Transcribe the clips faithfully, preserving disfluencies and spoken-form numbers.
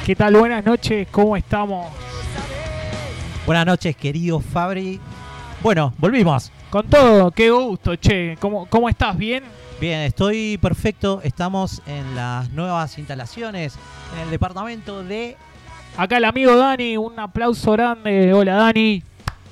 ¿Qué tal? Buenas noches, ¿cómo estamos? Buenas noches, querido Fabri. Bueno, volvimos. Con todo, qué gusto, che. ¿Cómo, cómo estás? ¿Bien? Bien, estoy perfecto. Estamos en las nuevas instalaciones en el departamento de... Acá el amigo Dani, un aplauso grande. Hola, Dani.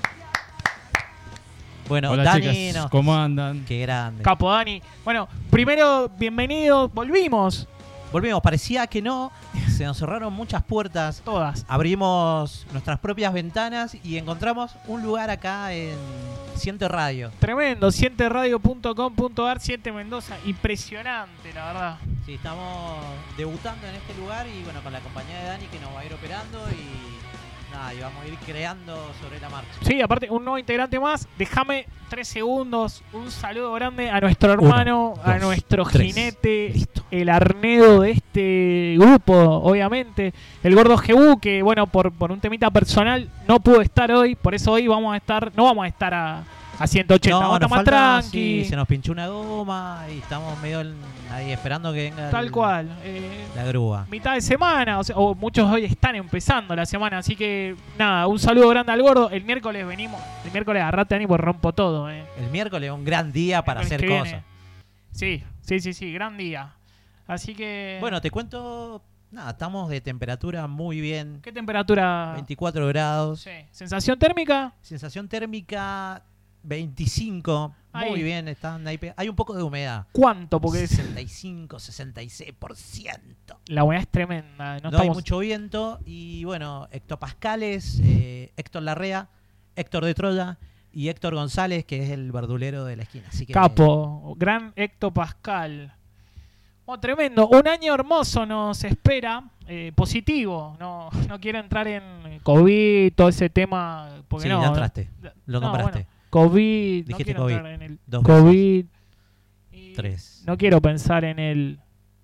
Bueno, Hola, Dani, chicas, nos... ¿cómo andan? Qué grande. Capo, Dani. Bueno, primero, bienvenido. Volvimos. Volvimos, parecía que no. Se nos cerraron muchas puertas. Todas. Abrimos nuestras propias ventanas y encontramos un lugar acá en Siente Radio. Tremendo, siente radio punto com punto ar, Siente Mendoza. Impresionante, la verdad. Sí, estamos debutando en este lugar y bueno, con la compañía de Dani que nos va a ir operando y nada, y vamos a ir creando sobre la marcha. Sí, aparte, un nuevo integrante más. Déjame tres segundos. Un saludo grande a nuestro hermano, Uno, a dos, nuestro tres. jinete, Listo. el Arnedo de este grupo, obviamente. El gordo Jebú, que bueno, por, por un temita personal no pudo estar hoy. Por eso hoy vamos a estar, no vamos a estar a, a ciento ochenta. No, vamos a nos estar más falta, tranqui. sí, se nos pinchó una goma y estamos medio en- ahí esperando que venga Tal el- cual. Eh, la grúa. mitad de semana, o, sea, o muchos hoy están empezando la semana, así que nada, un saludo grande al gordo. El miércoles venimos, el miércoles agarrate, Dani, pues rompo todo, eh. El miércoles un gran día para Miércoles hacer que cosas. viene. Sí, sí, sí, sí, gran día. Así que... Bueno, te cuento, nada, estamos de temperatura muy bien, ¿Qué temperatura? veinticuatro grados, Sí. ¿Sensación térmica? sensación térmica veinticinco, Ahí. muy bien, están ahí pe- hay un poco de humedad. ¿Cuánto? Porque es- sesenta y cinco, sesenta y seis por ciento. la humedad es tremenda. No, No, hay estamos... mucho viento y bueno, hectopascales, eh, Héctor Larrea, Héctor de Troya y Héctor González, que es el verdulero de la esquina. Así que Capo, gran hectopascal. Oh, tremendo. Un año hermoso nos espera, eh, positivo. No, no quiero entrar en COVID, todo ese tema. Porque sí, no, ya entraste, lo no, nombraste. bueno, COVID, no Dijiste quiero COVID, entrar en el dos COVID. Y Tres. no quiero pensar en el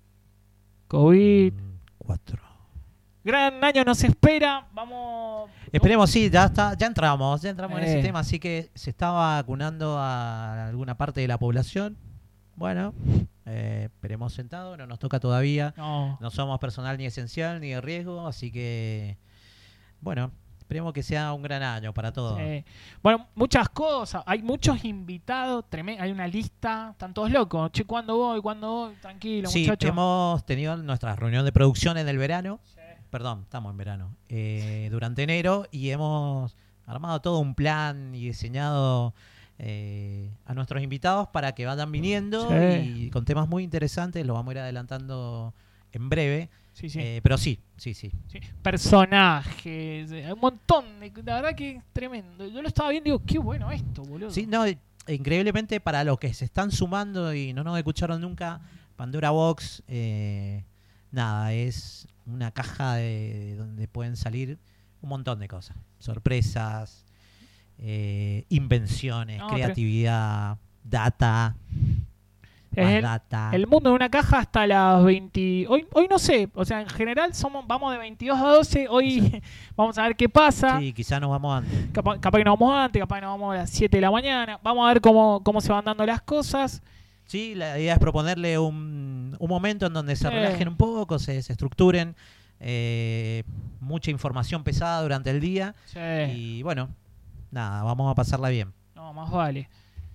COVID. Mm, cuatro. Gran año nos espera. Vamos. Esperemos, sí, ya está, ya entramos, ya entramos en Eh. ese tema, así que se está vacunando a alguna parte de la población. Bueno, eh, esperemos sentado, no nos toca todavía. No. No somos personal ni esencial ni de riesgo, así que bueno, esperemos que sea un gran año para todos. Eh, bueno, muchas cosas. Hay muchos invitados. Tremendo. Hay una lista. Están todos locos. Che, ¿cuándo voy? ¿Cuándo voy? Tranquilo, Sí, muchachos. hemos tenido nuestra reunión de producción en el verano. Sí. Perdón, estamos en verano. eh, durante enero y hemos armado todo un plan y diseñado eh, a nuestros invitados para que vayan viniendo Sí. y con temas muy interesantes. Lo vamos a ir adelantando en breve. Sí, sí. Eh, pero sí, sí, sí. Sí. Personajes. eh, Un montón. De, la verdad que es tremendo. Yo lo estaba viendo y digo, qué bueno esto, boludo. Sí, no, eh, increíblemente para los que se están sumando y no nos escucharon nunca, Pandora Box, eh, nada, es una caja de donde pueden salir un montón de cosas. Sorpresas, eh, invenciones, No, creatividad, data, Es más el, data. el mundo de una caja hasta las veinte. Hoy, hoy no sé. O sea, en general somos vamos de veintidós a doce. Hoy vamos a ver qué pasa. Sí, quizá nos vamos antes. Capaz, capaz que nos vamos antes, capaz que nos vamos a las siete de la mañana. Vamos a ver cómo, cómo se van dando las cosas. Sí, la idea es proponerle un, un momento en donde se Sí. relajen un poco, se desestructuren, eh, mucha información pesada durante el día. Sí. Y bueno, nada, vamos a pasarla bien. No, más vale.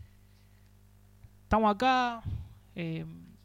Estamos acá eh,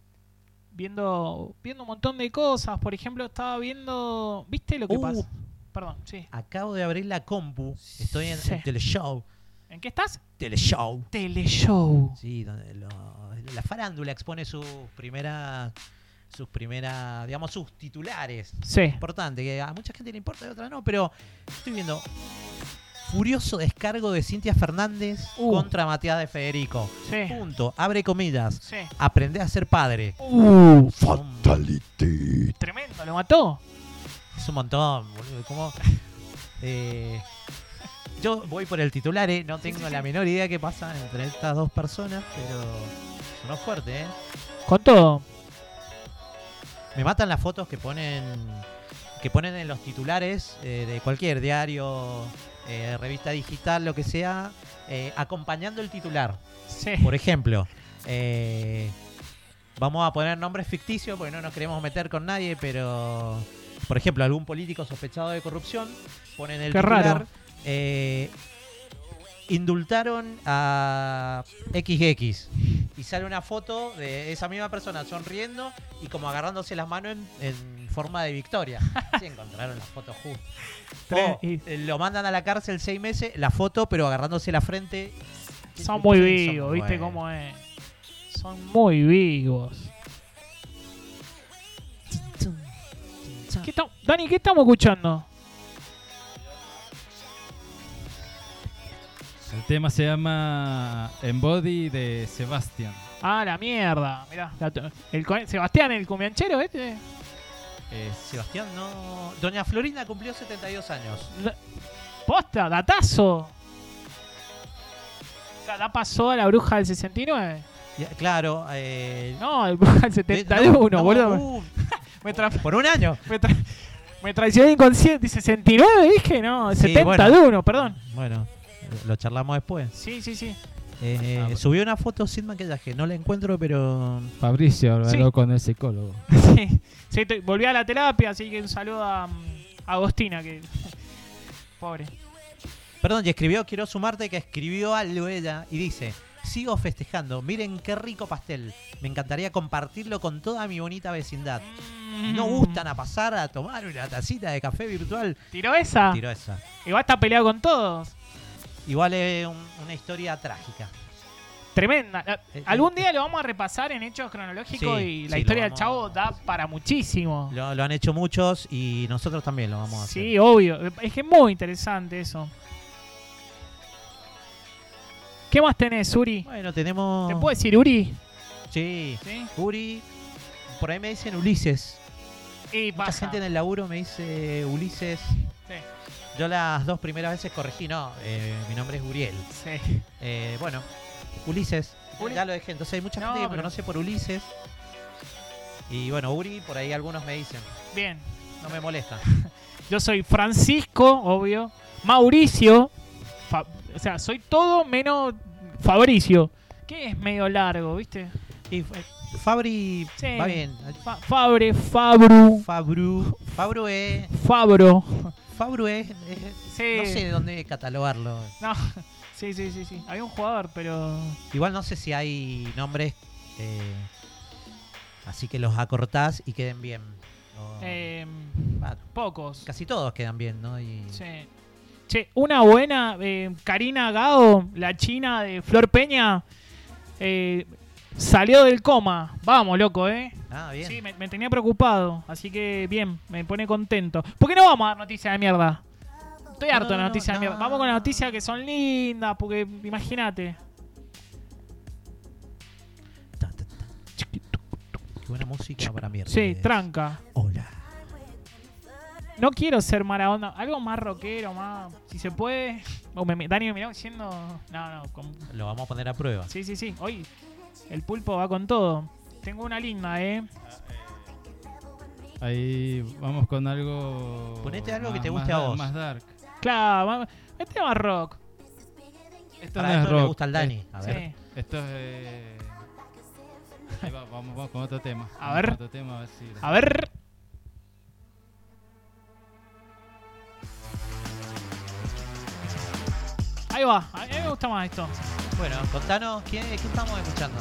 viendo viendo un montón de cosas. Por ejemplo, estaba viendo... ¿Viste lo que Uh. pasa? Perdón, sí. Acabo de abrir la compu, estoy en, Sí. en Teleshow. ¿En qué estás? Teleshow. Teleshow. Sí, donde lo- la farándula expone sus primeras, sus primeras, digamos, sus titulares. Sí. Importante, que a mucha gente le importa y a otra no, pero estoy viendo furioso descargo de Cintia Fernández Uh. contra Matías de Federico. Sí. Punto, abre comillas. Sí. Aprende a ser padre. Uh, Fatality. tremendo, lo mató. Es un montón, boludo. ¿Cómo? Eh, yo voy por el titular, ¿eh? No tengo la menor idea qué pasa entre estas dos personas, pero sonó fuerte, ¿eh? Con todo. Me matan las fotos que ponen que ponen en los titulares eh, de cualquier diario, eh, revista digital, lo que sea, eh, acompañando el titular. Sí. Por ejemplo, eh, vamos a poner nombres ficticios porque no nos queremos meter con nadie, pero por ejemplo, algún político sospechado de corrupción, ponen el Qué titular, raro. eh, indultaron a equis equis y sale una foto de esa misma persona sonriendo y como agarrándose las manos en, en forma de victoria. Sí, encontraron la foto justo. Tres- O, y- eh, lo mandan a la cárcel seis meses, la foto pero agarrándose la frente. Son muy Son vivos, ¿viste buenos. cómo es? Son muy vivos. ¿Qué tam- Dani, ¿qué estamos escuchando? El tema se llama Embody de Sebastián. Ah, la mierda. Mirá, la to- el, co- Sebastián, el cumbianchero, este. Eh, Sebastián, no. Doña Florinda cumplió setenta y dos años. La- Posta, datazo. O sea, da pasó a la bruja del sesenta y nueve. Ya, claro. Eh, No, el bruja del de- setenta y uno, no, no, boludo. uh, Me, tra por un año. me, tra me traicioné inconsciente. ¿sesenta y nueve dije? No, Sí, setenta y uno, bueno. perdón. Bueno, lo charlamos después. Sí, sí, sí. Eh, Ah, subió una foto sin maquillaje, no la encuentro, pero. Fabricio habló Sí. con el psicólogo. Sí, sí, estoy- volví a la terapia, así que un saludo a, mm, a Agostina, que pobre. Perdón, y escribió, quiero sumarte que escribió algo ella y dice: sigo festejando, miren qué rico pastel. Me encantaría compartirlo con toda mi bonita vecindad. ¿No gustan a pasar a tomar una tacita de café virtual? ¿Tiró esa? Tiró esa. Igual está peleado con todos. Igual es un- una historia trágica. Tremenda. La- Eh, Algún eh, día lo vamos a repasar en hechos cronológicos Sí, y la sí, historia lo del vamos- chavo da para muchísimo. Lo, lo han hecho muchos y nosotros también lo vamos a hacer. Sí, obvio. Es que es muy interesante eso. ¿Qué más tenés, Uri? Bueno, tenemos. ¿Te puedo decir Uri? Sí. Sí. Uri. Por ahí me dicen Ulises. Y Mucha pasa. gente en el laburo me dice Ulises. Sí, Yo las dos primeras veces corregí, no, eh, mi nombre es Uriel. sí. Eh, bueno, Ulises, Uli- ya lo dejé. Entonces hay mucha No, gente que me pero- conoce por Ulises. Y bueno, Uri, por ahí algunos me dicen. Bien. No me molesta. Yo soy Francisco, obvio. Mauricio. Fa- o sea, soy todo menos Fabricio. Que es medio largo, ¿viste? Y eh, Fabri Sí. va bien. Fa- Fabre, Fabru, Fabru. Fabru es. Fabro. Fabru es. es- Sí. No sé de dónde catalogarlo. No. Sí, sí, sí, sí. Había un jugador, pero. Igual no sé si hay nombres. eh, así que los acortás y queden bien. O- Eh, ah, pocos. casi todos quedan bien, ¿no? Y, Sí. Che, una buena. eh, Karina Gao, la china de Flor Peña. eh, salió del coma. Vamos, loco, ¿eh? Ah, bien. Sí, me, me tenía preocupado. Así que bien, me pone contento. ¿Por qué no vamos a dar noticias de mierda? Estoy No, harto de no, las noticias no, de mierda. no. Vamos con las noticias que son lindas, porque imagínate. Ta, ta, ta. Qué buena música para mierda. Sí, tranca. Hola. No quiero ser mala onda. Algo más rockero, más. Si se puede. Oh, me- me- Dani me miró diciendo. No, no. con- Lo vamos a poner a prueba. Sí, sí, sí. Hoy el pulpo va con todo. Tengo una linda, ¿eh? Ahí vamos con algo. Ponete algo que más- te más guste a dar- vos. Más dark. Claro, va- este va rock. Esto Para no es esto le rock. gusta al Dani. Eh, A ver. Sí. Esto es. eh, Ahí va, vamos, vamos con otro tema. A Vamos ver. con Otro tema, a ver si. A ver. Ahí va. A mí me gusta más esto. Bueno, contanos, ¿qué, qué estamos escuchando?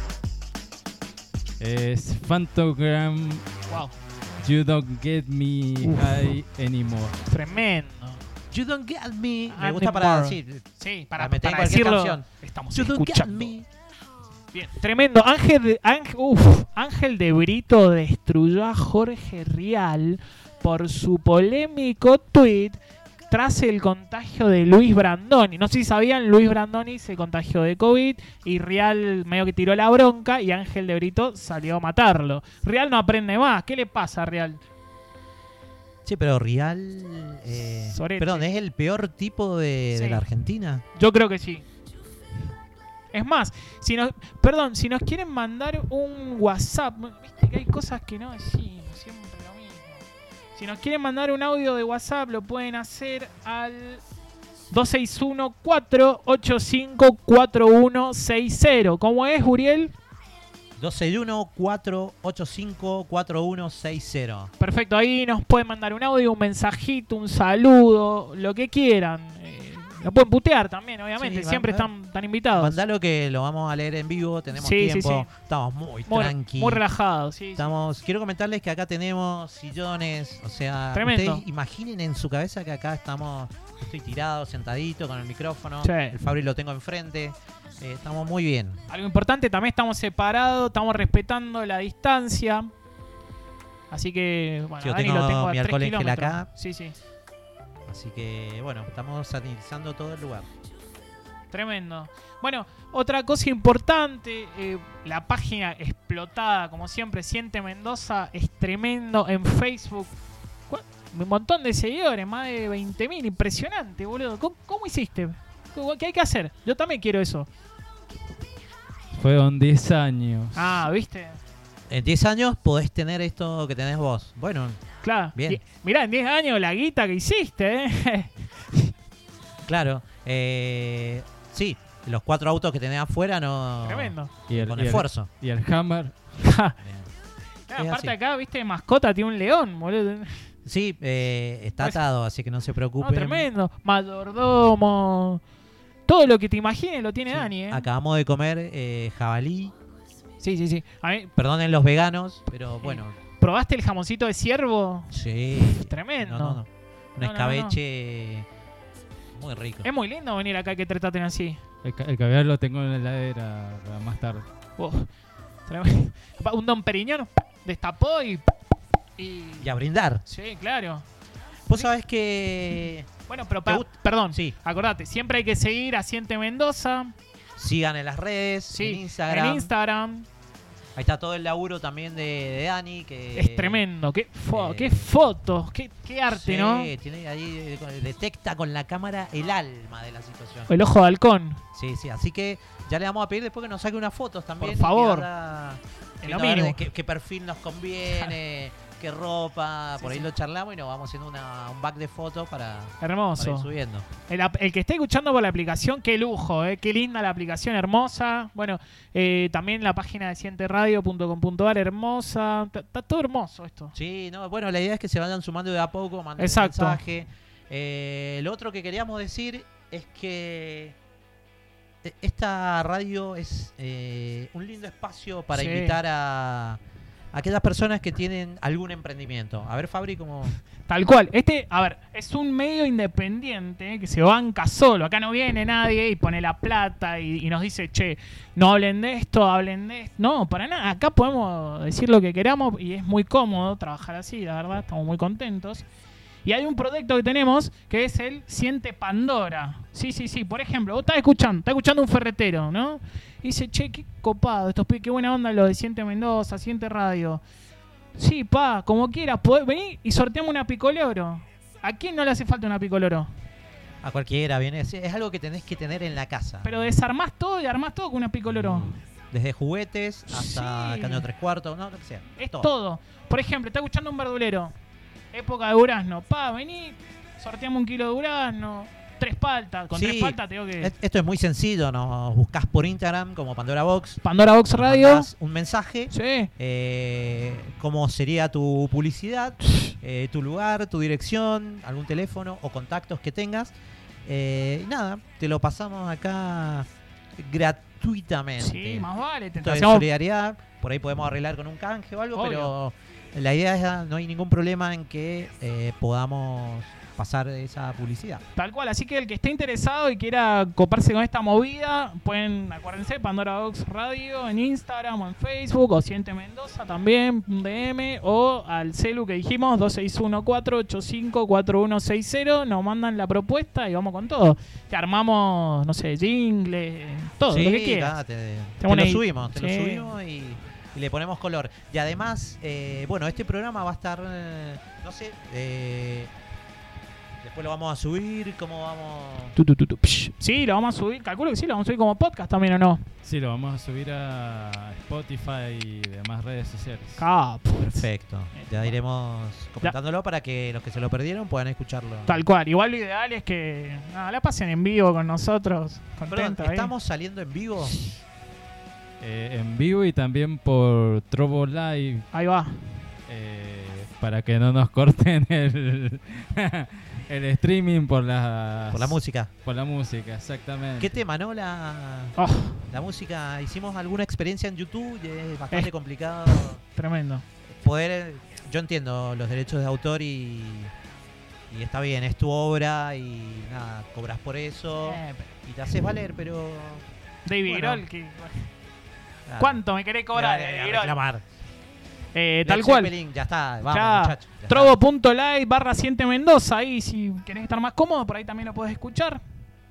Es Phantogram. Wow. You don't get me Uf. high anymore. Tremendo. You don't get me. Me I'm gusta the para bar. decir. Sí, para, Para meter en para cualquier decirlo. canción. Estamos You don't get escuchando. me. Bien, tremendo. Ángel de, Ángel, uf, Ángel de Brito destruyó a Jorge Rial por su polémico tweet tras el contagio de Luis Brandoni. No sé si sabían, Luis Brandoni se contagió de COVID y Rial medio que tiró la bronca y Ángel de Brito salió a matarlo. Rial no aprende más. ¿Qué le pasa a Rial? Sí, pero Rial. Eh, Sorete. perdón, ¿es el peor tipo de, de Sí. la Argentina? Yo creo que sí. Es más, si nos, perdón, si nos quieren mandar un WhatsApp, viste que hay cosas que no decimos, siempre lo mismo. Si nos quieren mandar un audio de WhatsApp, lo pueden hacer al dos seis uno, cuatro ocho cinco, cuatro uno seis cero. ¿Cómo es, Uriel? dos seis uno, cuatro ocho cinco, cuatro uno seis cero. Perfecto, ahí nos pueden mandar un audio, un mensajito, un saludo, lo que quieran. Eh, lo pueden putear también, obviamente, Sí, siempre manda- están, están invitados. Mandalo que lo vamos a leer en vivo, tenemos Sí, sí, tiempo, sí. estamos muy, Muy, tranquilos. muy relajados, sí, sí. Estamos, quiero comentarles que acá tenemos sillones, o sea, Tremendo. ustedes imaginen en su cabeza que acá estamos, estoy tirado, sentadito con el micrófono, Sí. el Fabri lo tengo enfrente, eh, estamos muy bien. Algo importante, también estamos separados, estamos respetando la distancia. Así que, bueno, Yo Dani tengo lo tengo a mi tres alcohol en gel kilómetros. acá. Sí, sí, Así que bueno, estamos sanitizando todo el lugar. tremendo. Bueno, otra cosa importante, eh, la página explotada, como siempre, Siente Mendoza, es tremendo en Facebook. ¿Cuál? Un montón de seguidores, más de veinte mil, impresionante, boludo. ¿Cómo, cómo hiciste? ¿Qué hay que hacer? Yo también quiero eso. Fueron diez años. Ah, ¿viste? En diez años podés tener esto que tenés vos. Bueno, Claro. Bien. Y- mirá, en diez años la guita que hiciste, ¿eh? claro. Eh, sí, los cuatro autos que tenés afuera no... Tremendo. Y el, Con y el- esfuerzo. y el Hammer. Claro, Es aparte así. acá, viste, mascota tiene un león, boludo. Sí, eh, está Pues- atado, así que no se No, preocupen. tremendo. Mayordomo. Todo lo que te imagines lo tiene Sí, Dani, ¿eh? Acabamos de comer eh, jabalí. Sí, sí, sí. A mí, Perdonen los veganos, pero bueno, ¿probaste el jamoncito de ciervo? sí. Tremendo. No, no, no. Un No, no, escabeche muy rico. Es muy lindo venir acá y que te traten así. El, ca- el caviar lo tengo en la heladera para más tarde. Uf, tremendo. Un Don Periñón destapó y... y... Y a brindar. Sí, claro. Vos sabés que... Bueno, pero ¿Te pa- gusta? perdón, Sí, acordate, siempre hay que seguir a Siente Mendoza. sigan en las redes, Sí, en Instagram. En Instagram. Ahí está todo el laburo también de, de Dani. Que, Es tremendo. Qué, fo- eh, qué fotos, qué, qué arte, Sí, ¿no? tiene ahí, eh, detecta con la cámara el alma de la situación. El ojo de halcón. Sí, sí, así que ya le vamos a pedir después que nos saque unas fotos también. Por favor. y ahora- En lo viendo a ver mínimo. de qué, qué perfil nos conviene, qué ropa, Sí, por ahí sí. lo charlamos y nos vamos haciendo una, un back de fotos para, para ir Hermoso. subiendo. El, ap- el que esté escuchando por la aplicación, qué lujo, ¿eh? Qué linda la aplicación, hermosa. Bueno, eh, también la página de siente radio punto com punto a r, hermosa. Está está todo hermoso esto. Sí, no, bueno, la idea es que se vayan sumando de a poco, manden Exacto. un mensaje. Eh, lo otro que queríamos decir es que e- esta radio es eh, un lindo espacio para Sí. invitar a, a aquellas personas que tienen algún emprendimiento. A ver, Fabri, ¿cómo...? Tal cual. Este, a ver, es un medio independiente que se banca solo. Acá no viene nadie y pone la plata y, y nos dice, che, no hablen de esto, hablen de esto. No, para nada. Acá podemos decir lo que queramos y es muy cómodo trabajar así, la verdad. Estamos muy contentos. Y hay un proyecto que tenemos que es el Siente Pandora. Sí, sí, sí. Por ejemplo, vos estás escuchando, estás escuchando un ferretero, ¿no? Y dice, che, qué copado, estos pibes, qué buena onda lo de Siente Mendoza, Siente Radio. Sí, pa, como quieras, podés venir y sorteamos una picoloro. ¿A quién no le hace falta una picoloro? A cualquiera viene. Es, es algo que tenés que tener en la casa. Pero desarmás todo y armás todo con una picoloro. Desde juguetes hasta Sí. caño tres cuartos, no, lo que sea. Es todo. todo. Por ejemplo, está escuchando un verdulero. Época de durazno. Pa, vení, sorteamos un kilo de durazno. Tres paltas. Con Sí. tres paltas tengo que... Es- Esto es muy sencillo, nos buscás por Instagram como Pandora Box. Pandora Box nos Radio. mandás un mensaje. Sí. eh, cómo sería tu publicidad, eh, tu lugar, tu dirección, algún teléfono o contactos que tengas. Eh, y nada, te lo pasamos acá gratuitamente. Sí, más vale. Te Esto es hacemos- solidaridad, por ahí podemos arreglar con un canje o algo, Obvio. pero la idea es no hay ningún problema en que eh, podamos pasar esa publicidad. Tal cual, así que el que esté interesado y quiera coparse con esta movida, pueden, acuérdense, Pandora Box Radio en Instagram o en Facebook, o Siente Mendoza también, un D M, o al celu que dijimos, dos seis uno cuatro ocho cinco cuatro uno seis cero, nos mandan la propuesta y vamos con todo. Te armamos, no sé, jingle, todo, sí, lo que quieras. nada, te, te Tengo lo una i- subimos, te sí. lo subimos y, y le ponemos color. Y además, eh, bueno, este programa va a estar, eh, no sé, eh, después lo vamos a subir, cómo vamos... Tu, tu, tu, tu, psh. Sí, lo vamos a subir, calculo que sí, lo vamos a subir como podcast también, ¿o no? Sí, lo vamos a subir a Spotify y demás redes sociales. Cap. Perfecto, ya iremos comentándolo para que los que se lo perdieron puedan escucharlo. Tal cual, igual lo ideal es que nada, la pasen en vivo con nosotros, Perdón, contentos ahí. ¿estamos saliendo en vivo? eh, en vivo y también por Trovo Live. Ahí va. eh, para que no nos corten el, el streaming por la, Por la música. Por la música, exactamente. ¿Qué tema, no? La, Oh, la música. Hicimos alguna experiencia en YouTube y es bastante Eh. complicado tremendo. poder. Yo entiendo los derechos de autor y. Y está bien, es tu obra y nada, cobras por eso Eh, y te haces valer, pero. David Bueno. Grohl, que- nada, ¿cuánto me querés cobrar, a- a- a David Grohl? reclamar. Eh, Led tal cual. Zeppelin, ya está, vamos, Ya. muchachos. ya está. Trovo.live barra Siente Mendoza. Ahí si querés estar más cómodo, por ahí también lo podés escuchar.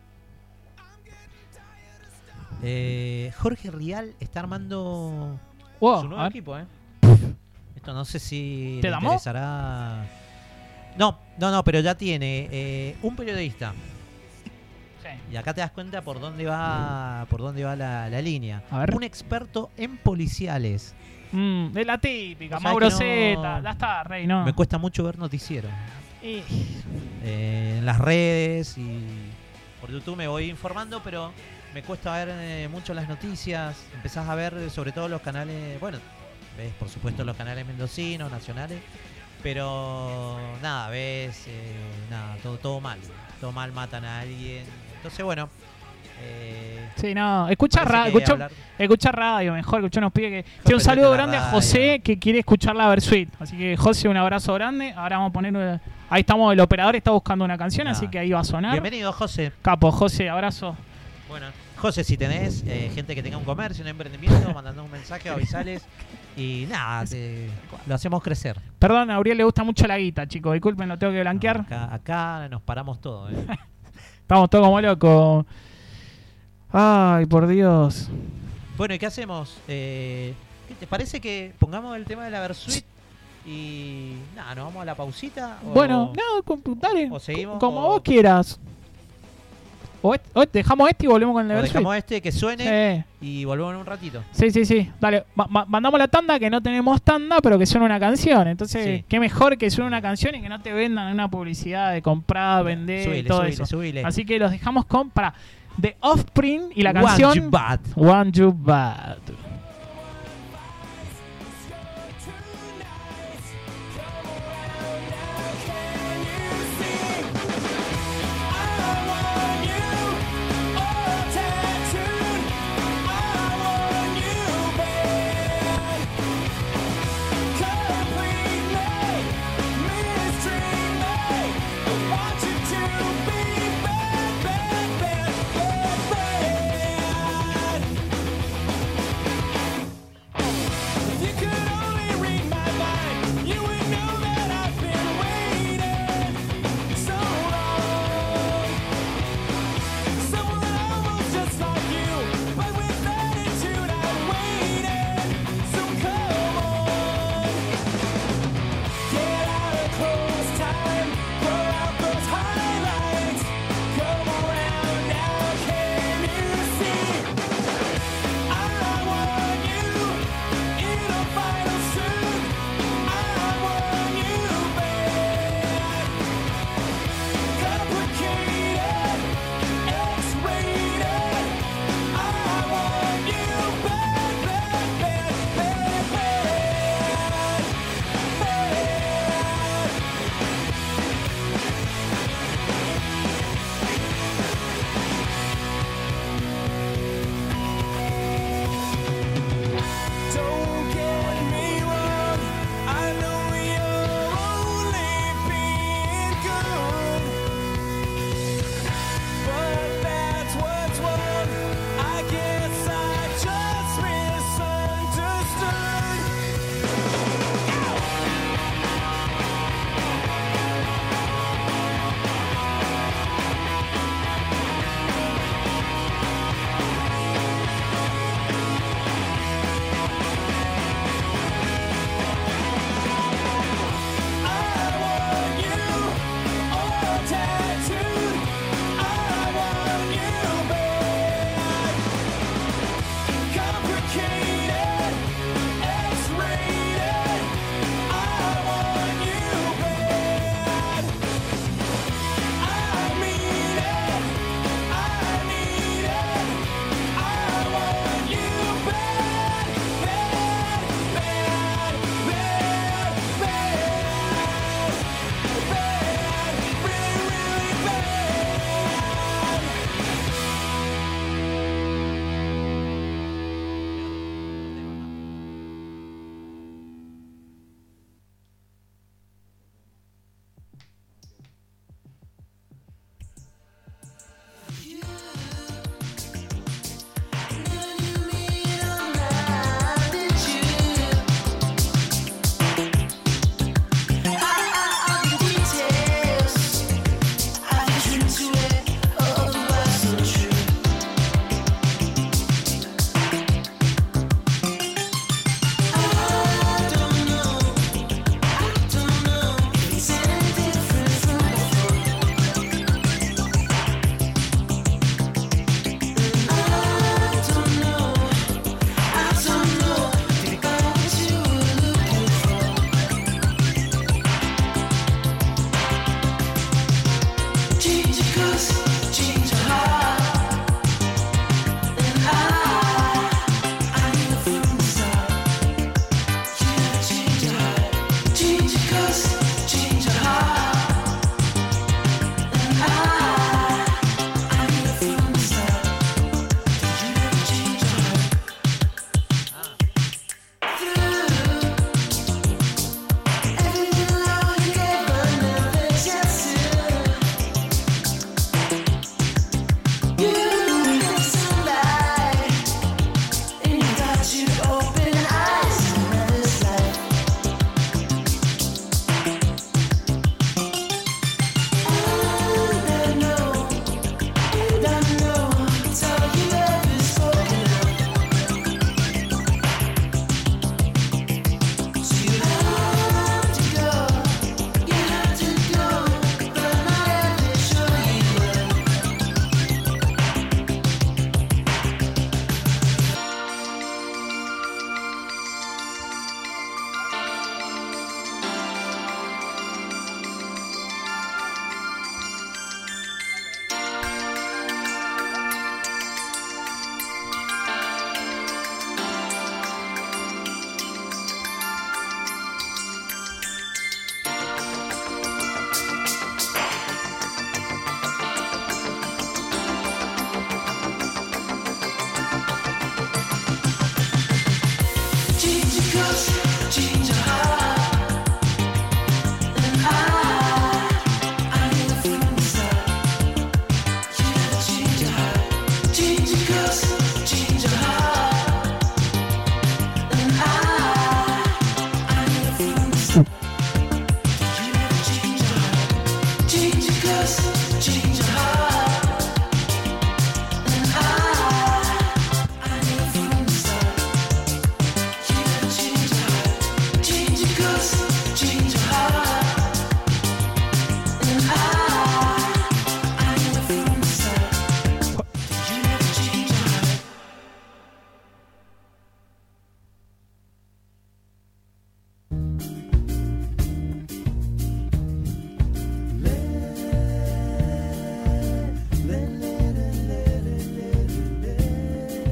Eh, Jorge Rial está armando Wow, su a nuevo ver. equipo, ¿eh? Esto no sé si ¿Te le damó? interesará. No, no, no, pero ya tiene eh, un periodista. Sí. Y acá te das cuenta por dónde va, por dónde va la, la línea. A ver. Un experto en policiales. Mm, es la típica, Vos sabés Mauro que no- Z. Ya está, Rey, ¿no? Me cuesta mucho ver noticiero. Y- Eh, en las redes y por YouTube me voy informando, pero me cuesta ver eh, mucho las noticias. Empezás a ver eh, sobre todo los canales, bueno, ves por supuesto los canales mendocinos, nacionales, pero nada, ves, eh, nada, todo, todo mal, todo mal, matan a alguien. Entonces, bueno, eh, Sí, no. Escucha, parece ra que escucha, hablar- escucha radio, mejor. Escucha unos pibes que. Sí, un prendete saludo la grande a radio. José que quiere escuchar la Versuit. Así que, José, un abrazo grande. Ahora vamos a poner. eh, Ahí estamos, el operador está buscando una canción, Nada. así que ahí va a sonar. bienvenido, José. Capo, José, abrazo. Bueno, José, si tenés eh, gente que tenga un comercio, un emprendimiento, mandando un mensaje, avisales y nada, te- lo hacemos crecer. Perdón, a Auriel le gusta mucho la guita, chicos. Disculpen, lo tengo que No, blanquear. acá, acá nos paramos todo. ¿eh? Estamos todos como locos. Ay, por Dios. Bueno, ¿y qué hacemos? Eh, ¿qué ¿Te parece que pongamos el tema de la Versuit y nada, nos vamos a la pausita? O- Bueno, no, com- dale. o seguimos, como o- vos quieras. O, est- o dejamos este y volvemos con el o Versuit. dejamos este que suene Sí. y volvemos en un ratito. Sí, sí, sí. Dale, ma- ma- mandamos la tanda, que no tenemos tanda, pero que suene una canción. Entonces, Sí. qué mejor que suene una canción y que no te vendan una publicidad de comprar, vender y Subile, todo subile, eso. subile. Así que los dejamos con para The Offspring y la canción Want You Bad. Want You Bad. Bad, bad, bad, bad.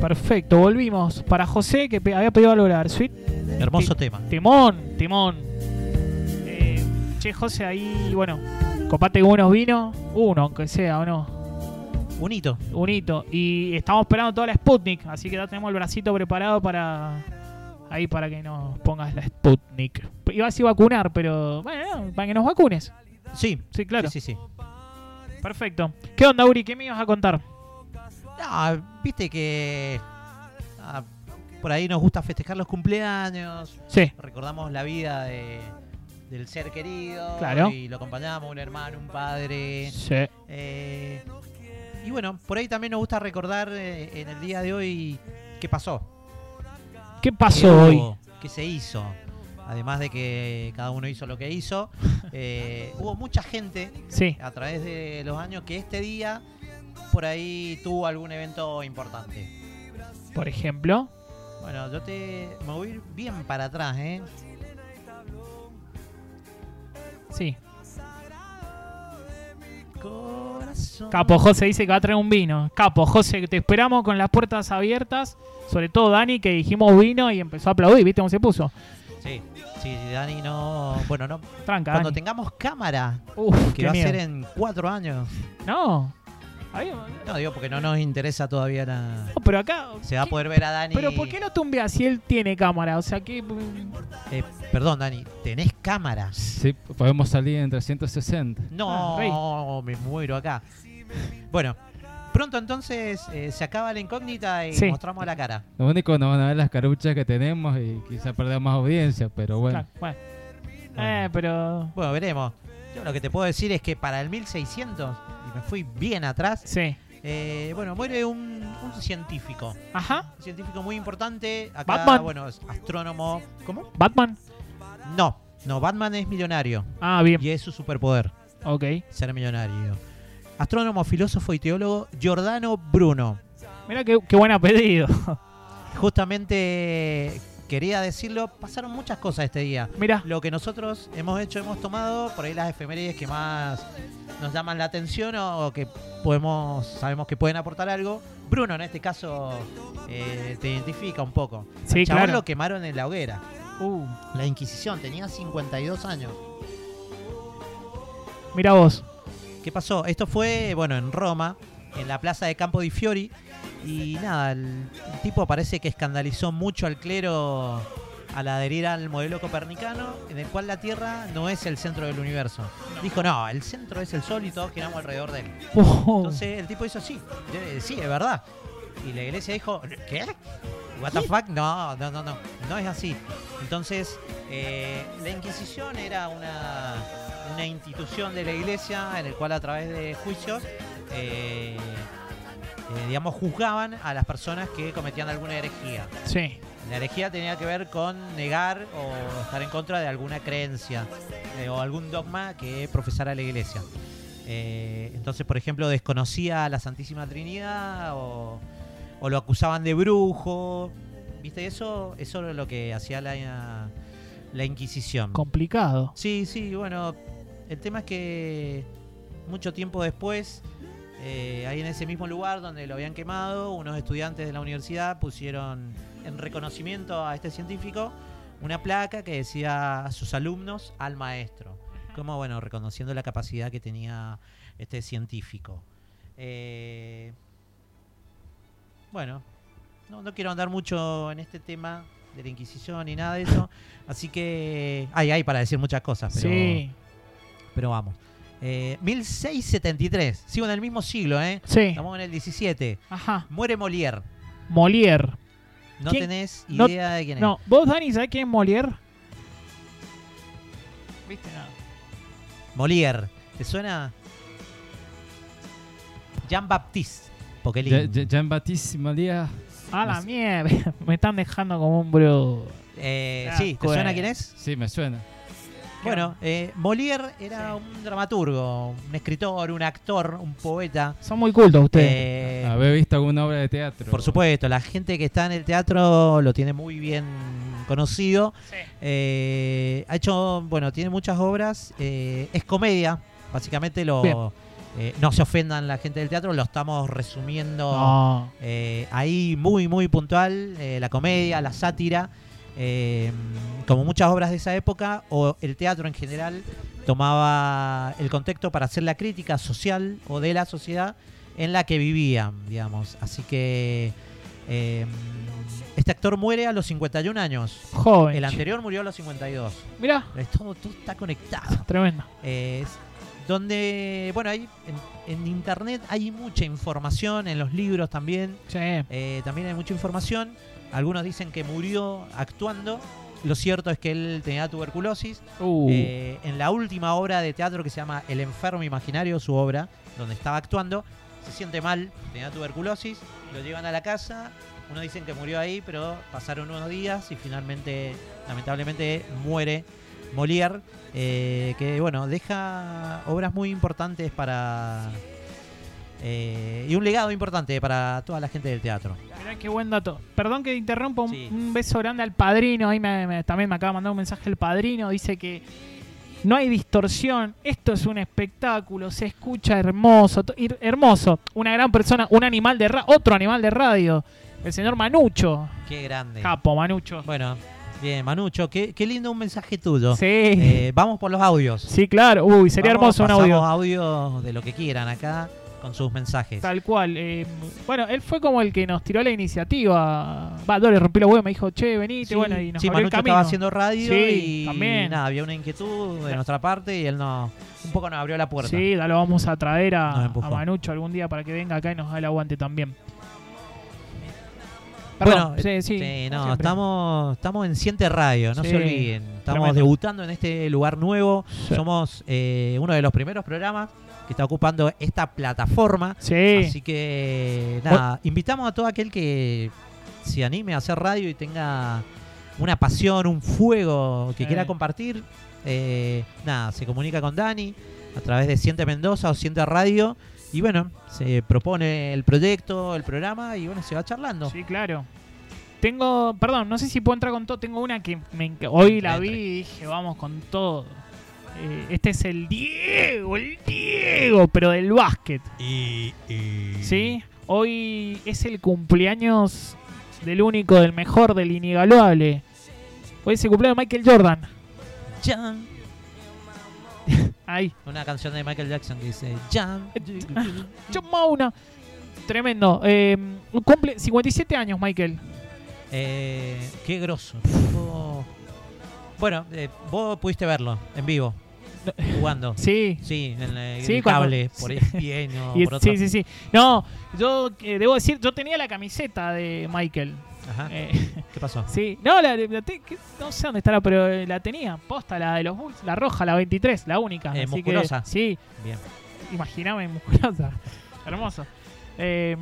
Perfecto, volvimos. Para José, que pe- había pedido valorar. Sweet. Hermoso Te- tema. Temón, temón. Eh, che, José, ahí, bueno, copate con unos vinos. Uno, aunque sea, ¿o no? Un hito. Un hito. Y estamos esperando toda la Sputnik, así que ya tenemos el bracito preparado para... Ahí para que nos pongas la Sputnik. Iba a decir vacunar, pero... Bueno, para que nos vacunes. Sí. Sí, claro. Sí, sí, sí. Perfecto. ¿Qué onda, Uri? ¿Qué me ibas a contar? No, viste que ah, por ahí nos gusta festejar los cumpleaños, Sí. recordamos la vida de, del ser querido, Claro. y lo acompañamos, un hermano, un padre. Sí. eh, y bueno, por ahí también nos gusta recordar eh, en el día de hoy qué pasó. ¿Qué qué pasó hoy? hubo, qué se hizo. Además de que cada uno hizo lo que hizo, eh, hubo mucha gente Sí. a través de los años que este día por ahí tuvo algún evento importante. Por ejemplo. Bueno, yo te me voy a ir bien para atrás, ¿eh? Sí. Corazón. Capo José dice que va a traer un vino. Capo José, te esperamos con las puertas abiertas. Sobre todo Dani, que dijimos vino y empezó a aplaudir. ¿Viste cómo se puso? Sí, sí, sí, Dani no. Bueno, no. Tranca, Cuando Dani. tengamos cámara, Uf, que qué va miedo. a ser en cuatro años. No. Ahí- No, digo porque no nos interesa todavía nada. no, pero acá... Se va a ¿qué? poder ver a Dani. Pero ¿por qué no tumbeas si él tiene cámara? O sea, que... Eh, perdón, Dani, ¿tenés cámara? Sí, podemos salir en trescientos sesenta. No, Ah, me muero acá. Bueno, pronto entonces eh, se acaba la incógnita y Sí. mostramos la cara. Lo único no van a ver las caruchas que tenemos y quizá perdamos audiencia, pero bueno. Claro, bueno. Eh, pero... Bueno, veremos. Yo lo que te puedo decir es que para el mil seiscientos, y me fui bien atrás, Sí. eh, bueno, muere un, un científico. Ajá. Un científico muy importante. Acá, Batman. bueno, es astrónomo. ¿Cómo? Batman. No, no, Batman es millonario. Ah, bien. Y es su superpoder, Ok. ser millonario. Astrónomo, filósofo y teólogo Giordano Bruno. Mira qué, qué buen apellido. Justamente quería decirlo, pasaron muchas cosas este día. Mira. Lo que nosotros hemos hecho, hemos tomado por ahí las efemérides que más nos llaman la atención o que podemos sabemos que pueden aportar algo. Bruno, en este caso, eh, te identifica un poco. Sí, Al chabón claro. lo quemaron en la hoguera. Uh, La Inquisición, tenía cincuenta y dos años. mira vos. ¿Qué pasó? Esto fue, bueno, en Roma, en la plaza de Campo di Fiori. Y nada, el, el tipo parece que escandalizó mucho al clero al adherir al modelo copernicano, en el cual la Tierra no es el centro del universo. Dijo, no, el centro es el Sol y todos giramos alrededor de él. Uh, Entonces el tipo hizo sí, eh, sí, es verdad. Y la iglesia dijo, ¿qué? ¿What the fuck? No, no, no, no, no es así. Entonces, eh, la Inquisición era una, una institución de la iglesia en el cual a través de juicios, eh, eh, digamos, juzgaban a las personas que cometían alguna herejía. sí. La herejía tenía que ver con negar o estar en contra de alguna creencia eh, o algún dogma que profesara la iglesia. Eh, entonces, por ejemplo, desconocía a la Santísima Trinidad o, o lo acusaban de brujo. ¿Viste eso? Eso era lo que hacía la, la Inquisición. Complicado. Sí, sí, bueno, el tema es que mucho tiempo después, eh, ahí en ese mismo lugar donde lo habían quemado, unos estudiantes de la universidad pusieron en reconocimiento a este científico una placa que decía a sus alumnos al maestro, como bueno, reconociendo la capacidad que tenía este científico. Eh, bueno, no, no quiero andar mucho en este tema de la Inquisición ni nada de eso, así que hay, hay para decir muchas cosas, pero, Sí. pero vamos. Eh, mil seiscientos setenta y tres, sigo en el mismo siglo, ¿eh? Sí. Estamos en el diecisiete. Ajá. Muere Molière. Molière. No ¿Quién? tenés No- idea de quién es. No, vos, Dani, ¿sabés quién es Molière? ¿Viste? Nada. Molière. ¿Te suena? Jean-Baptiste Poquelin. Je- Je- Jean-Baptiste Molière. A la No sé. mierda. Me están dejando como un bro. Eh, Ah, sí, ¿te pues. suena quién es? Sí, me suena. Bueno, eh, Molière era un dramaturgo, un escritor, un actor, un poeta. Son muy cultos ustedes. Eh, ¿Habéis visto alguna obra de teatro? por supuesto, la gente que está en el teatro lo tiene muy bien conocido. Sí. Eh, ha hecho, bueno, tiene muchas obras. eh, es comedia, básicamente lo, Bien. eh, no se ofendan la gente del teatro, lo estamos resumiendo No. eh, ahí muy, muy puntual, eh, la comedia, la sátira, eh, como muchas obras de esa época, o el teatro en general, tomaba el contexto para hacer la crítica social o de la sociedad en la que vivían, digamos. Así que eh, este actor muere a los cincuenta y un años. Joven. El anterior murió a los cincuenta y dos. Mirá, Es todo, todo está conectado. tremendo. Eh, es donde, bueno, hay, en, en internet hay mucha información, en los libros también. Sí. Eh, también hay mucha información. Algunos dicen que murió actuando. Lo cierto es que él tenía tuberculosis. Uh. Eh, en la última obra de teatro que se llama El enfermo imaginario, su obra, donde estaba actuando, se siente mal, tenía tuberculosis, lo llevan a la casa. Unos dicen que murió ahí, pero pasaron unos días y finalmente, lamentablemente, muere Molière, eh, que bueno, deja obras muy importantes para... Eh, y un legado importante para toda la gente del teatro. Mirá qué buen dato. Perdón que te interrumpa, un, Sí. un beso grande al padrino. Ahí me, me- también me acaba de mandar un mensaje el padrino. Dice que no hay distorsión. Esto es un espectáculo. Se escucha hermoso. to- ir- Hermoso. Una gran persona. Un animal de radio. Otro animal de radio. El señor Manucho. Qué grande. Capo, Manucho. Bueno, bien, Manucho, qué, qué lindo un mensaje tuyo. Sí. Eh, vamos por los audios. Sí, claro. Uy, sería Vamos, hermoso un audio. pasamos audios de lo que quieran acá con sus mensajes. Tal cual. eh, bueno, él fue como el que nos tiró la iniciativa. Va, Dole rompió los huevos, me dijo, che, venite, Sí, bueno, y nos sí, abrió el Manucho camino. estaba haciendo radio Sí, y también. nada, había una inquietud de nuestra parte y él nos, un poco nos abrió la puerta. Sí, da, lo vamos a traer Nos a, empujó. a Manucho algún día para que venga acá y nos haga el aguante también. Perdón, Bueno, sí, sí. Sí, como no, siempre. estamos, estamos en Siente Radio, no Sí, se olviden. Estamos tremendo. debutando en este lugar nuevo. Sí. Somos eh, uno de los primeros programas que está ocupando esta plataforma. Sí. Así que, nada, invitamos a todo aquel que se anime a hacer radio y tenga una pasión, un fuego que Sí. quiera compartir. Eh, nada, se comunica con Dani a través de Siente Mendoza o Siente Radio. Y bueno, se propone el proyecto, el programa y bueno, se va charlando. Sí, claro. Tengo, perdón, no sé si puedo entrar con todo. Tengo una que me enc- hoy la vi Entre. y dije, vamos con todo. Eh, este es el Diego, el Diego, pero del básquet. Y, y- ¿Sí? Hoy es el cumpleaños del único, del mejor, del inigualable. Hoy es el cumpleaños de Michael Jordan. Jan. Ahí. Una canción de Michael Jackson que dice Jan. John Mauna. Tremendo. Eh, cumple cincuenta y siete años, Michael. Eh, qué grosso. Tipo- Bueno, eh, vos pudiste verlo en vivo, jugando. Sí. Sí, en el, Sí, el cuando- cable, por E S P N o Y- por otro. sí, sí, sí. No, yo eh, debo decir, yo tenía la camiseta de Michael. Ajá. Eh, ¿Qué pasó? sí. No, la, la te- que- no sé dónde estará, pero eh, la tenía. Posta, la de los Bulls, la roja, la veintitrés, la única. Eh, Así que, musculosa. sí. Bien. Imaginame musculosa. Hermoso. Eh,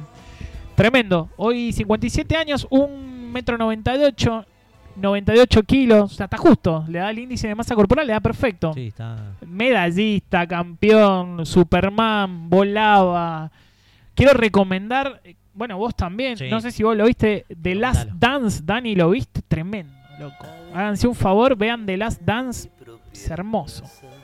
tremendo. Hoy cincuenta y siete años, un metro noventa y ocho, noventa y ocho kilos. O sea, está justo. Le da el índice de masa corporal, le da perfecto. Sí, está. Medallista, campeón, Superman, volaba. Quiero recomendar, eh, bueno, vos también, Sí. no sé si vos lo viste, The Last Recomendalo. Dance, Dani, ¿lo viste? Tremendo, loco. Háganse un favor, vean The Last Dance, es hermoso.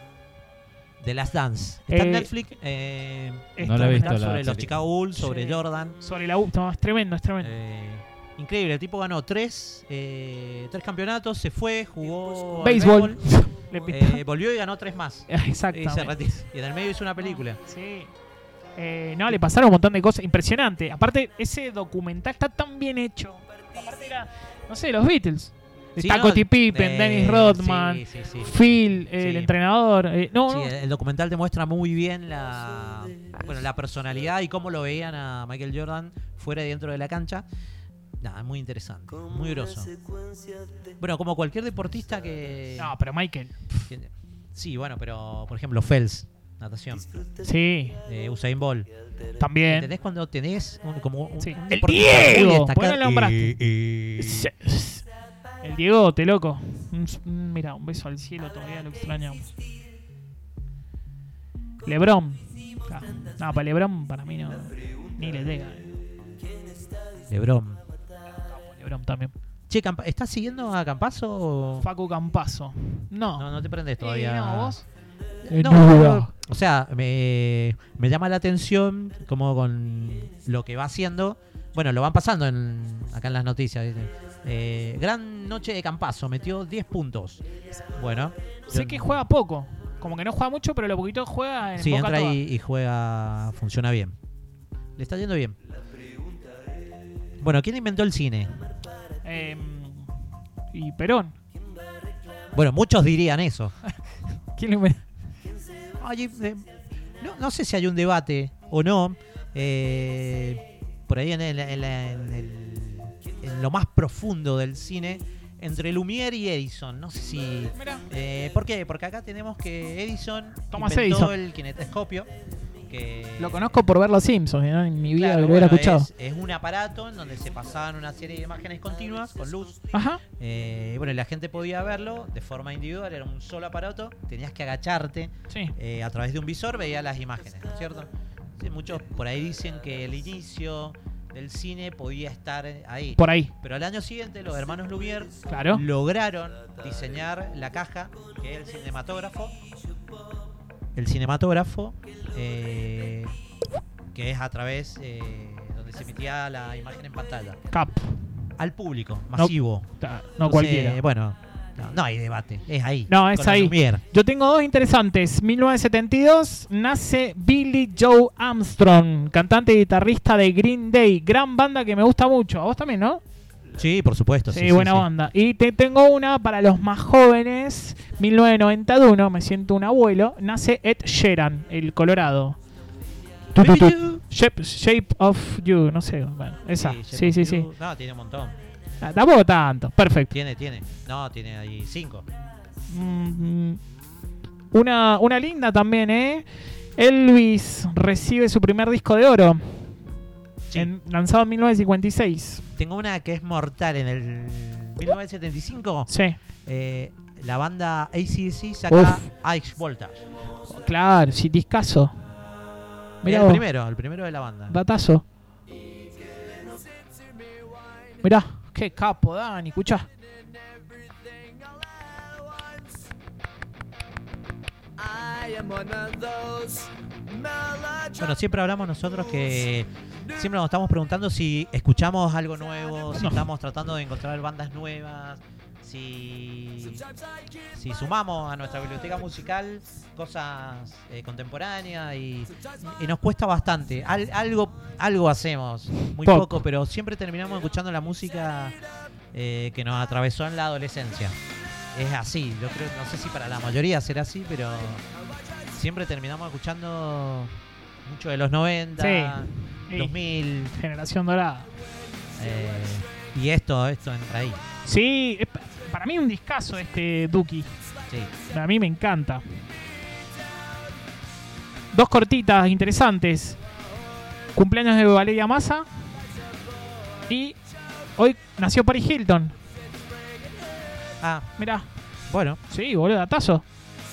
The Last Dance. Está en Eh, Netflix. Eh, Es No lo he visto. tremendo. la sobre los serie. Chicago Bulls, sobre Sí. Jordan. Sobre la U, no, es tremendo, es tremendo. Eh, increíble, el tipo ganó tres, eh, tres campeonatos, se fue, jugó al Béisbol. Le béisbol, pintó- eh, volvió y ganó tres más. Y, se Exactamente. retiró. Y en el medio hizo una película. Sí. Eh, no, le pasaron un montón de cosas. Impresionante. Aparte, ese documental está tan bien hecho. Aparte era, no sé, los Beatles. Sí, Está no, Scottie Pippen, eh, Dennis Rodman, sí, sí, sí. Phil, eh, Sí. el entrenador. eh, no, Sí, no. el, el documental te muestra muy bien la, bueno, la personalidad y cómo lo veían a Michael Jordan fuera y dentro de la cancha. Nada, muy interesante, muy groso. Bueno, como cualquier deportista que... No, pero Michael. que- sí, bueno, pero por ejemplo, Phelps, natación, Sí, eh, Usain Bolt. también. ¿Entendés cuando tenés un, como un, Sí. un El deportista muy Diego, destacado? ¿por qué no lo nombraste? Eh, eh, El Diegote, loco. Un- un- Mira, un beso al cielo, todavía lo extrañamos. Lebron. Ah, no, para Lebron, para mí no. Ni le llega. LeBron. Lebron también. Che, Campa- ¿estás siguiendo a Campazo? o- Facu Campazo. No. No, no te prendes todavía. Eh, no, vos. No, o sea, me, me llama la atención como con lo que va haciendo. Bueno, lo van pasando en, acá en las noticias. Dice, eh, gran noche de Campazo, metió diez puntos. Bueno. Sé yo- que juega poco. Como que no juega mucho, pero lo poquito juega en Sí, Boca entra toda. y, y juega, funciona bien. Le está yendo bien. Bueno, ¿quién inventó el cine? Eh, y Perón. Bueno, muchos dirían eso. ¿Quién lo inventó? Ay, eh, no, no sé si hay un debate o no. eh, por ahí en, el- en la- en el- en lo más profundo del cine, entre Lumière y Edison. No sé si. Mira. Eh, ¿Por qué? Porque acá tenemos que Edison Thomas inventó Edison. el kinetoscopio. Que, Lo conozco por ver Los Simpsons, ¿no? En mi vida claro, lo hubiera bueno, escuchado. Es, es un aparato en donde se pasaban una serie de imágenes continuas con luz. Ajá. Eh, bueno, y la gente podía verlo de forma individual, era un solo aparato. Tenías que agacharte. Sí. Eh, a través de un visor veía las imágenes, ¿no es cierto? Sí, muchos por ahí dicen que el inicio del cine podía estar ahí. Por ahí. Pero al año siguiente los hermanos Lumière Claro. lograron diseñar la caja, que es el cinematógrafo. El cinematógrafo, eh, que es a través eh, donde se emitía la imagen en pantalla. Cap. Al público, masivo. Ta- No Entonces, cualquiera. Bueno, no, no hay debate, es ahí. No, es con la ahí. Lumière. Yo tengo dos interesantes. mil novecientos setenta y dos nace Billy Joe Armstrong, cantante y guitarrista de Green Day. Gran banda que me gusta mucho. A vos también, ¿no? Sí, por supuesto. Sí, Sí, sí, buena sí. banda. Y te tengo una para los más jóvenes. mil novecientos noventa y uno, me siento un abuelo. Nace Ed Sheeran, el Colorado. Tu, tu, tu. Shape, Shape of You, no sé. Bueno, esa. Sí, sí, sí. No, tiene un montón. Ah, tampoco tanto. Perfecto. Tiene, tiene. No, tiene ahí cinco. Mm, una, una linda también, ¿eh? Elvis recibe su primer disco de oro. Sí. En- lanzado en mil novecientos cincuenta y seis. Tengo una que es mortal. En el mil novecientos setenta y cinco, Sí, eh, la banda A C D C saca Ice Voltage. claro, sí, discazo. Mirá Mirá, el vos. primero, el primero de la banda. Datazo. Mirá, qué capo, Dani, escuchá. Bueno, siempre hablamos nosotros que siempre nos estamos preguntando si escuchamos algo nuevo, si No. estamos tratando de encontrar bandas nuevas, si, si sumamos a nuestra biblioteca musical cosas eh, contemporáneas y, y nos cuesta bastante. Al- algo, algo hacemos, muy Poco. poco, pero siempre terminamos escuchando la música eh, que nos atravesó en la adolescencia. Es así, yo creo, no sé si para la mayoría será así, pero siempre terminamos escuchando mucho de los noventa, Sí. dos mil, Generación dorada. eh, y esto, esto entra ahí. Sí, es pa- para mí un discazo este Duki. Sí. A mí me encanta. Dos cortitas interesantes. Cumpleaños de Valeria Massa. Y hoy nació Paris Hilton. Ah, Mirá. bueno, Sí, boludo, datazo.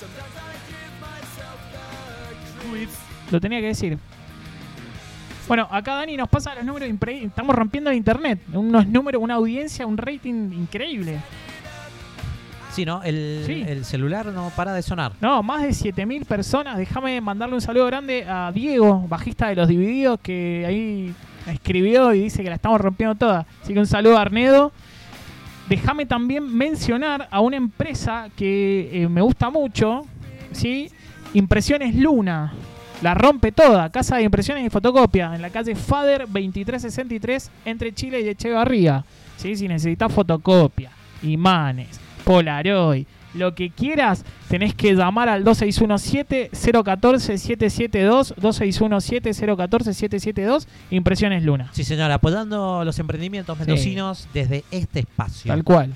Lo tenía que decir. Bueno, acá Dani nos pasa los números impre- estamos rompiendo el internet. Unos números, una audiencia, un rating increíble. sí, ¿no? El, Sí. el celular no para de sonar. No, más de siete mil personas. Déjame mandarle un saludo grande a Diego, bajista de Los Divididos, que ahí escribió y dice que la estamos rompiendo toda. Así que un saludo a Arnedo. Déjame también mencionar a una empresa que eh, me gusta mucho, ¿sí? Impresiones Luna. La rompe toda. Casa de impresiones y fotocopia en la calle Fader veintitrés sesenta y tres entre Chile y Echevarría. ¿Sí? Si necesitas fotocopia, imanes, Polaroid, lo que quieras, tenés que llamar al dos seis uno siete, cero uno cuatro, siete siete dos, dos seis uno siete, cero uno cuatro, siete siete dos, Impresiones Luna. Sí, señor, apoyando los emprendimientos Sí. mendocinos desde este espacio. Tal cual.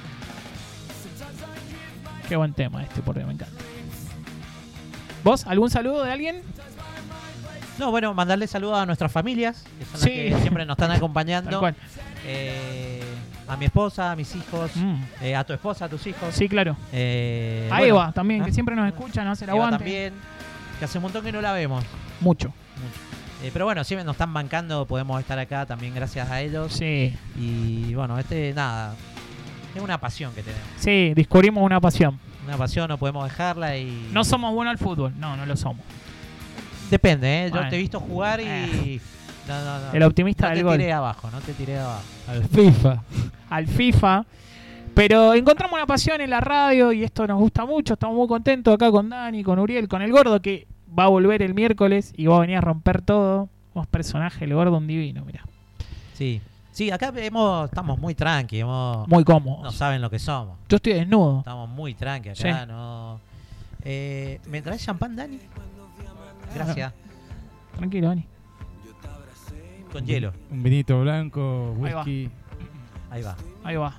Qué buen tema este, porque me encanta. ¿Vos? ¿Algún saludo de alguien? No, bueno, mandarle saludos a nuestras familias, que son Sí. las que siempre nos están Tal acompañando. cual. Eh, a mi esposa, a mis hijos, Mm. eh, a tu esposa, a tus hijos. Sí, claro. Eh, A bueno, Eva también, ¿ah? que siempre nos escucha, nos hace el Eva aguante. también, que hace un montón que no la vemos. Mucho. Eh, pero bueno, siempre nos están bancando, podemos estar acá también gracias a ellos. Sí. Y bueno, este, nada, es una pasión que tenemos. Sí, descubrimos una pasión. una pasión, no podemos dejarla y... No somos buenos al fútbol. No, no lo somos. Depende, ¿eh? Yo Bueno. te he visto jugar y... Eh. No, no, no. El optimista no del te gol. tiré abajo, no te tiré abajo. Al FIFA. Al FIFA. Pero encontramos una pasión en la radio y esto nos gusta mucho. Estamos muy contentos acá con Dani, con Uriel, con el Gordo, que va a volver el miércoles y va a venir a romper todo. Unos personajes, el Gordo un divino, mira. Sí. Sí, acá hemos, estamos muy tranqui, hemos, Muy cómodos. no saben lo que somos. Yo estoy desnudo. Estamos muy tranqui acá, Sí. no... Eh, ¿Me traes champán, Dani? Gracias. Tranquilo, Dani. Con hielo. Un vinito blanco, Ahí va. whisky. Ahí va. Ahí va.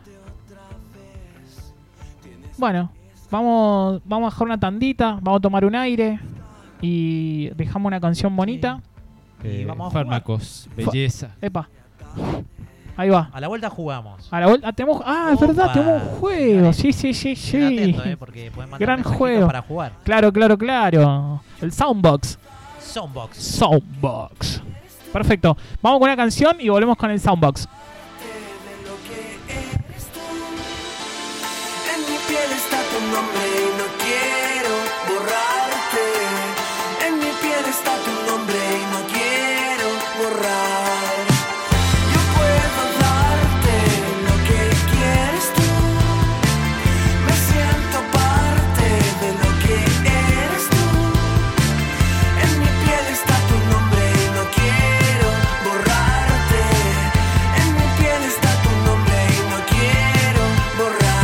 Bueno, vamos, vamos a dejar una tandita, vamos a tomar un aire y dejamos una canción bonita. Y Eh, vamos a jugar. fármacos, belleza. Epa. Ahí va. A la vuelta jugamos. A la vuelta. Ah, tenemos, ah, es Opa. verdad, tenemos un juego. Sí, sí, sí, sí. Estén atentos, eh, porque pueden mandar Gran mensajitos juego. para jugar. Claro, claro, claro. El Soundbox. Soundbox. Soundbox. Perfecto. Vamos con una canción y volvemos con el Soundbox. De lo que eres tú. En mi piel está tu nombre y no quiero borrarte. En mi piel está tu nombre y no quiero borrar. Yo puedo darte lo que quieres tú. Me siento parte de lo que eres tú. En mi piel está tu nombre y no quiero borrarte. En mi piel está tu nombre y no quiero borrar.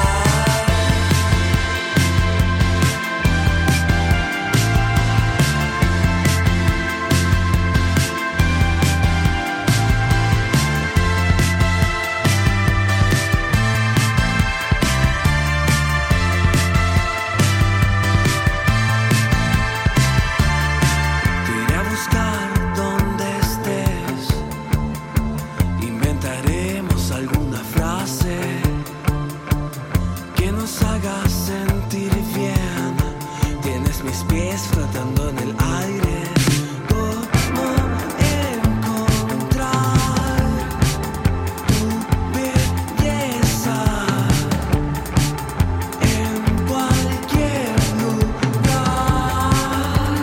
Te iré a buscar donde estés. Inventaremos alguna frase que nos haga sentir bien. Tienes mis pies flotando en el aire. ¿Cómo encontrar tu belleza en cualquier lugar?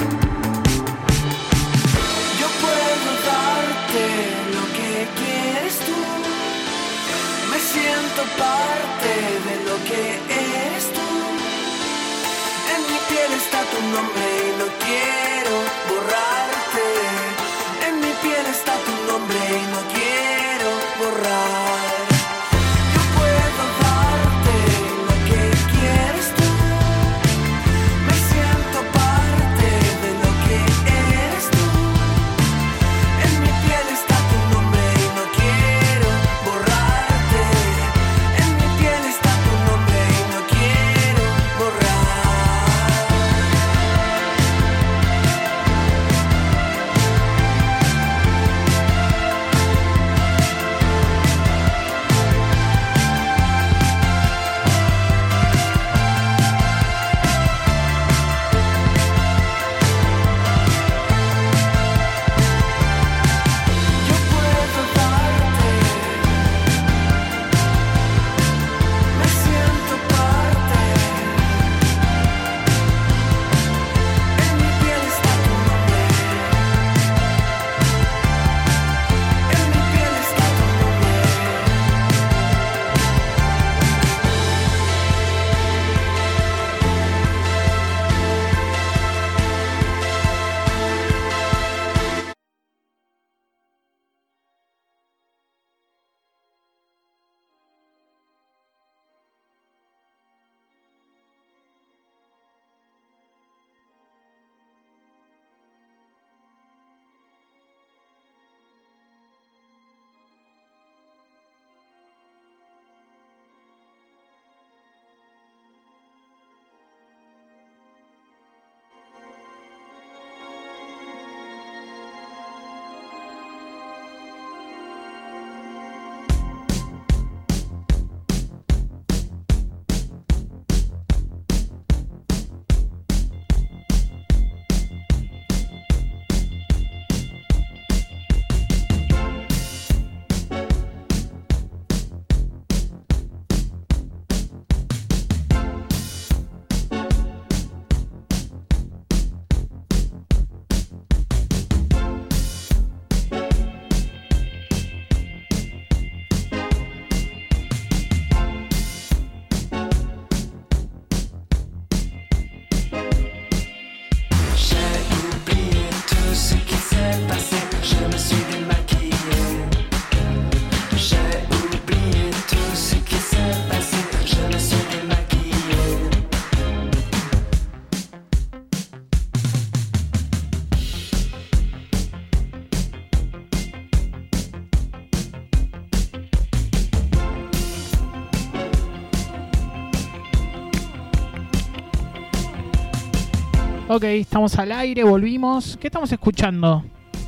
Yo puedo darte lo que quieres tú. Me siento parte de lo que eres tú. En mi piel está tu nombre y no quiero borrarte. En mi piel está tu nombre y no quiero borrar. Yo puedo darte lo que quieres tú. Me siento parte de lo que eres tú. En mi piel está tu nombre y no quiero borrarte. En mi piel está tu nombre y no quiero borrar. Ok, estamos al aire, volvimos. ¿Qué estamos escuchando?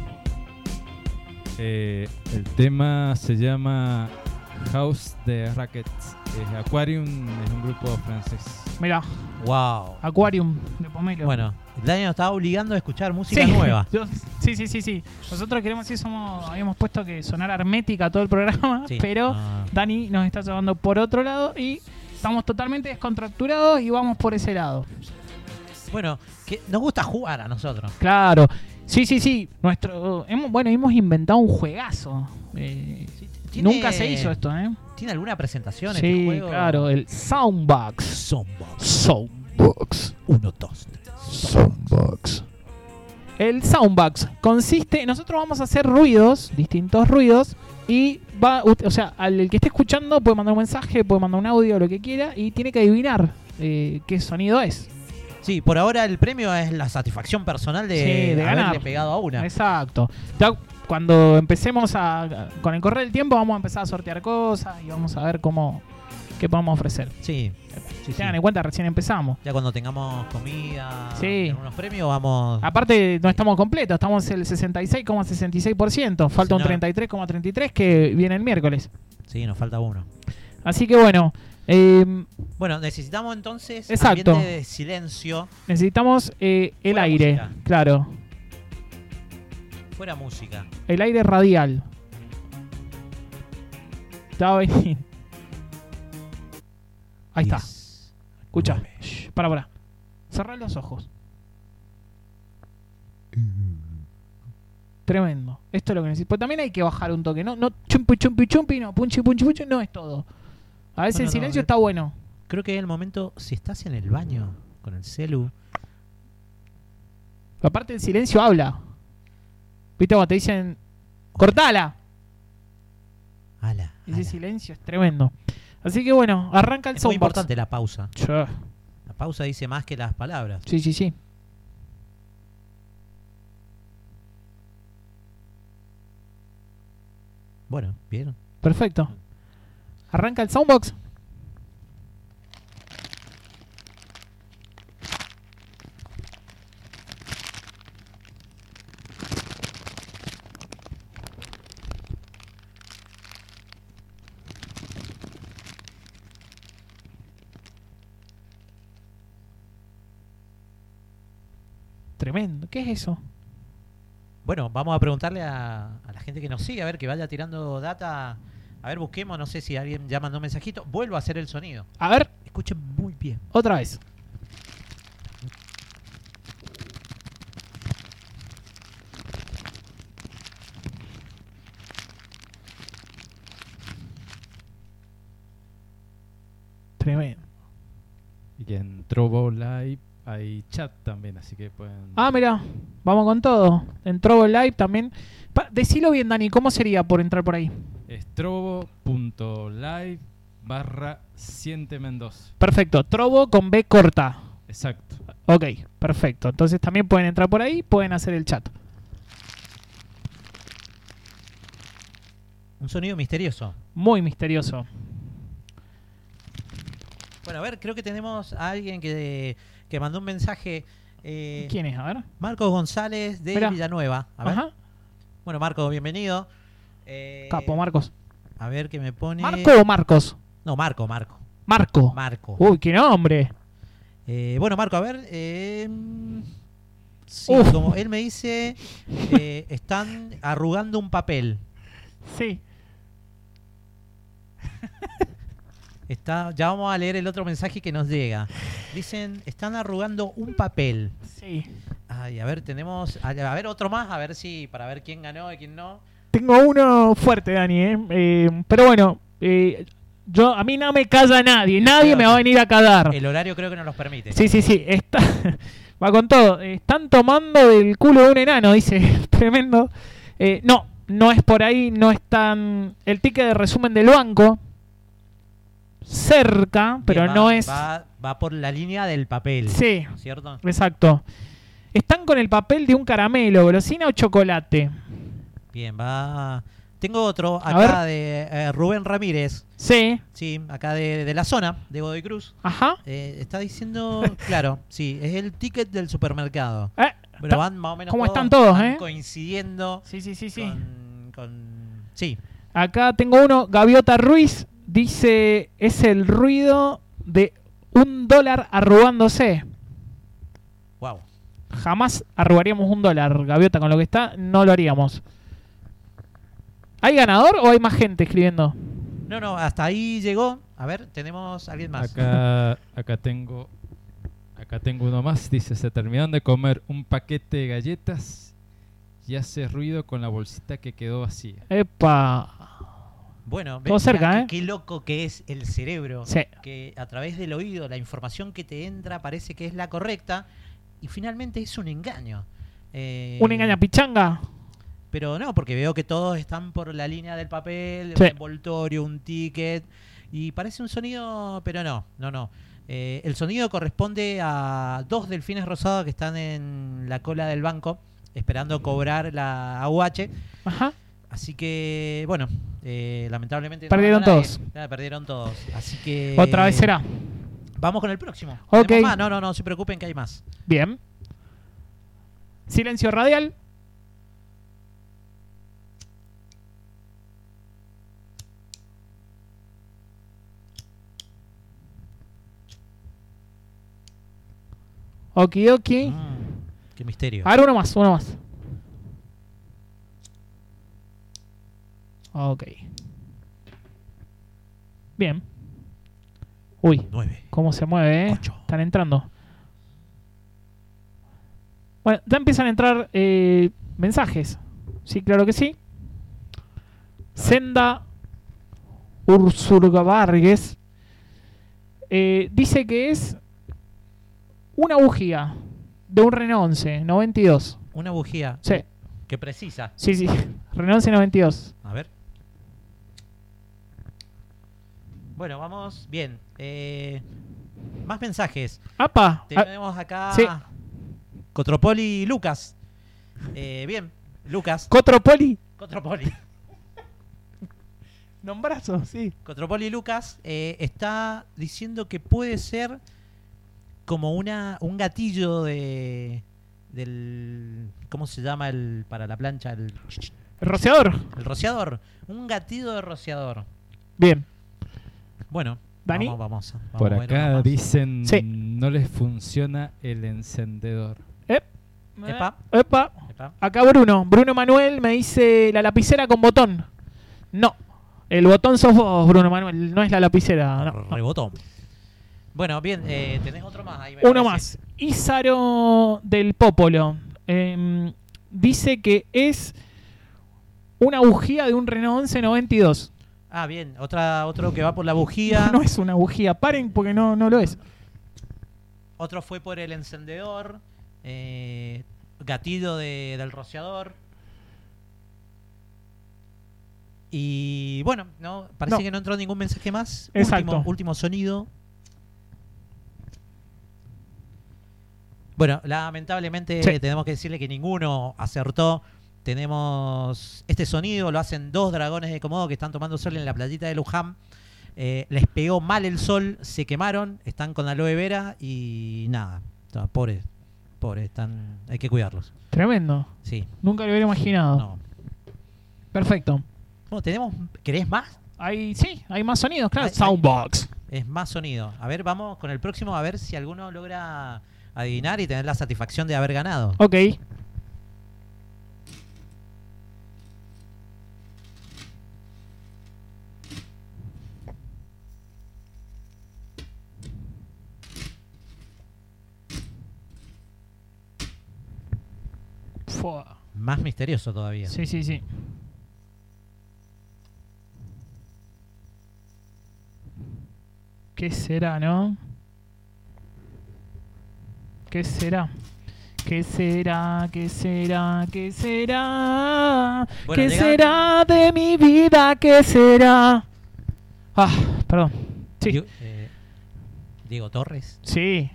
Eh, el tema se llama House de Rackets. Eh, Aquarium es un grupo francés. Mirá, Wow. Aquarium de Pomelo. Bueno, Dani nos estaba obligando a escuchar música Sí. nueva. Yo- sí, sí, sí, sí. Nosotros queremos decir, somos, habíamos puesto que sonara hermética todo el programa, Sí. pero Ah. Dani nos está llevando por otro lado y estamos totalmente descontracturados y vamos por ese lado. Bueno, que nos gusta jugar a nosotros. Claro. Sí, sí, sí. Nuestro, hemos, bueno, hemos inventado un juegazo. Eh, ¿Tiene- Nunca se hizo esto, ¿eh? ¿Tiene alguna presentación este Sí, juego? claro. El Soundbox. Soundbox. Soundbox. Uno, dos, tres. Soundbox. El Soundbox consiste, nosotros vamos a hacer ruidos, distintos ruidos, y va, o sea, al el que esté escuchando puede mandar un mensaje, puede mandar un audio, lo que quiera, y tiene que adivinar eh, qué sonido es. Sí, por ahora el premio es la satisfacción personal de, Sí, de haberle ganar. pegado a una. Exacto. Ya cuando empecemos a, con el correr del tiempo, vamos a empezar a sortear cosas y vamos a ver cómo, qué podemos ofrecer. Sí, sí, sí. Tengan en cuenta, recién empezamos. Ya cuando tengamos comida Sí. y algunos premios vamos... Aparte, no estamos completos, estamos en el sesenta y seis coma sesenta y seis por ciento. Falta un Señor. treinta y tres coma treinta y tres que viene el miércoles. Sí, nos falta uno. Así que bueno, eh, Bueno, necesitamos entonces Exacto. ambiente de silencio, necesitamos eh, el Fuera aire. música. Claro, fuera música. el aire radial. Ya va a venir. Ahí está. diez, Escucha. nueve. Shh, para, para. Cerrá los ojos. Tremendo. Esto es lo que necesito. Pero también hay que bajar un toque. No, no chumpi, chumpi, chumpi, no. Punchi, punchi, punchi. No es todo. A veces No, no, el silencio no, está bueno. Creo que es el momento, si estás en el baño con el celu, Aparte el silencio habla. ¿Viste cuando te dicen cortala? ala, Ese ala. silencio es tremendo. Así que bueno, arranca el Es muy Soundbox. importante la pausa. Che, La pausa dice más que las palabras. Sí, sí, sí. Bueno, bien. Perfecto. Arranca el Soundbox. Tremendo. ¿Qué es eso? Bueno, vamos a preguntarle a, a la gente que nos sigue, a ver que vaya tirando data. A ver, busquemos, no sé si alguien ya mandó un mensajito. Vuelvo a hacer el sonido. A ver, Escuchen muy bien. otra vez. Tremendo. Y en Trovo Live hay chat también, así que pueden... Ah, mira, vamos con todo. En Trovo Live también. Pa- decilo bien, Dani, ¿cómo sería por entrar por ahí? Es trovo.live barra Siente Mendoza. Perfecto, Trovo con B corta. Exacto. Ok, perfecto. Entonces también pueden entrar por ahí, pueden hacer el chat. Un sonido misterioso. Muy misterioso. Bueno, a ver, creo que tenemos a alguien que, que mandó un mensaje. Eh, ¿Quién es? A ver. Marcos González de Mirá. Villanueva. A ver. Ajá. Bueno, Marcos, bienvenido. Eh, Capo, Marcos. A ver qué me pone. ¿Marco o Marcos? No, Marco, Marco. Marco. Marco. Uy, qué nombre. Eh, bueno, Marco, a ver. Eh, sí, Uf. como él me dice, eh, están arrugando un papel. Sí. Está, ya vamos a leer el otro mensaje que nos llega. Dicen, están arrugando un papel. Sí. Ay, a ver, tenemos. A, a ver, otro más, a ver si. Para ver quién ganó y quién no. Tengo uno fuerte, Dani, ¿eh? Eh, pero bueno, eh, yo, a mí no me calla nadie. Nadie me va a venir a callar. El horario creo que nos los permite. Sí, sí, sí. Está, va con todo. Están tomando del culo de un enano, dice. Tremendo. Eh, no, no es por ahí. No están. El ticket de resumen del banco. Cerca, pero Bien, va- no es. Va, va por la línea del papel. Sí, ¿Cierto? exacto. Están con el papel de un caramelo, golosina o chocolate. Bien, va. Tengo otro A acá de eh, Rubén Ramírez. Sí. Sí, acá de, de la zona, de Godoy Cruz. Ajá. Eh, está diciendo, claro, sí, es el ticket del supermercado. Eh, Pero ta- van más o menos ¿Cómo todos, están todos, van eh? coincidiendo Sí, sí, sí, sí. con, con- Sí, Acá tengo uno, Gaviota Ruiz, dice, es el ruido de un dólar arrugándose. wow. Jamás arrugaríamos un dólar, Gaviota, con lo que está, no lo haríamos. ¿Hay ganador o hay más gente escribiendo? No, no, hasta ahí llegó. A ver, tenemos a alguien más. Acá, acá tengo acá tengo uno más. Dice, se terminaron de comer un paquete de galletas y hace ruido con la bolsita que quedó vacía. Epa. Bueno, Todo ve- cerca, mirá ¿eh? Qué, qué loco que es el cerebro. Sí. Que a través del oído, la información que te entra parece que es la correcta y finalmente es un engaño. Eh, ¿Un engaña pichanga? Pero no, porque veo que todos están por la línea del papel, Sí. un envoltorio, un ticket, y parece un sonido, pero no, no, no. Eh, el sonido corresponde a dos delfines rosados que están en la cola del banco esperando cobrar la A U H. Ajá. Así que, bueno, eh, lamentablemente... no Perdieron ganó nadie. todos. Ah, perdieron todos. Así que... Otra vez será. Vamos con el próximo. Ok. ¿Tenemos más? No, no, no se preocupen que hay más. Bien. Silencio radial. Okidoki. Mm, qué misterio. Ahora uno más, uno más. Ok. Bien. Uy, Nueve. cómo se mueve, ¿eh? Ocho. Están entrando. Bueno, ya empiezan a entrar eh, mensajes. Sí, claro que sí. Senda Ursurga Vargas eh, dice que es una bujía de un Renault once noventa y dos. Una bujía. Sí, Que precisa. sí, sí. Renault once noventa y dos. A ver. Bueno, vamos. Bien. Eh, más mensajes. ¡Apa! Ah, Tenemos acá sí. Cotropoli y Lucas. Eh, bien, Lucas. Cotropoli. Cotropoli. Nombrazo, sí. Cotropoli y Lucas eh, está diciendo que puede ser como una un gatillo de del ¿cómo se llama el para la plancha el, El rociador. el rociador, un gatillo de rociador. Bien. Bueno, ¿Dani? vamos, vamos, vamos Por a ver acá uno más. dicen, Sí. no les funciona el encendedor. Ep. Epa. Epa. Epa. Acá Bruno. Bruno Manuel me dice la lapicera con botón. No. El botón sos vos, Bruno Manuel. No es la lapicera. No. Rebotó. Bueno, bien, eh, tenés otro más ahí. me Uno parece. más. Isaro del Popolo. em, dice que es una bujía de un Renault once noventa y dos. Ah, bien, otra, otro que va por la bujía. No es una bujía. Paren porque no, no lo es. Otro fue por el encendedor. Eh, gatillo de- del rociador. Y bueno, no parece No. que no entró ningún mensaje más. Exacto. Último, último sonido. Bueno, lamentablemente Sí. tenemos que decirle que ninguno acertó. Tenemos este sonido, lo hacen dos dragones de Komodo que están tomando sol en la playita de Luján. Eh, les pegó mal el sol, se quemaron, están con aloe vera y nada. No, pobres, pobres, están, hay que cuidarlos. Tremendo. Sí, Nunca lo hubiera imaginado. no. Perfecto. Bueno, tenemos, ¿querés más? Hay, sí, hay más sonidos, claro. Hay- hay- Soundbox. Es más sonido. A ver, vamos con el próximo a ver si alguno logra adivinar y tener la satisfacción de haber ganado. Ok. Fua. Más misterioso todavía. Sí, sí, sí. ¿Qué será, no? ¿Qué será? ¿Qué será? ¿Qué será? ¿Qué será? Bueno, ¿Qué llega- será de mi vida? ¿Qué será? Ah, perdón. Sí. Diego, eh, Diego Torres. Sí.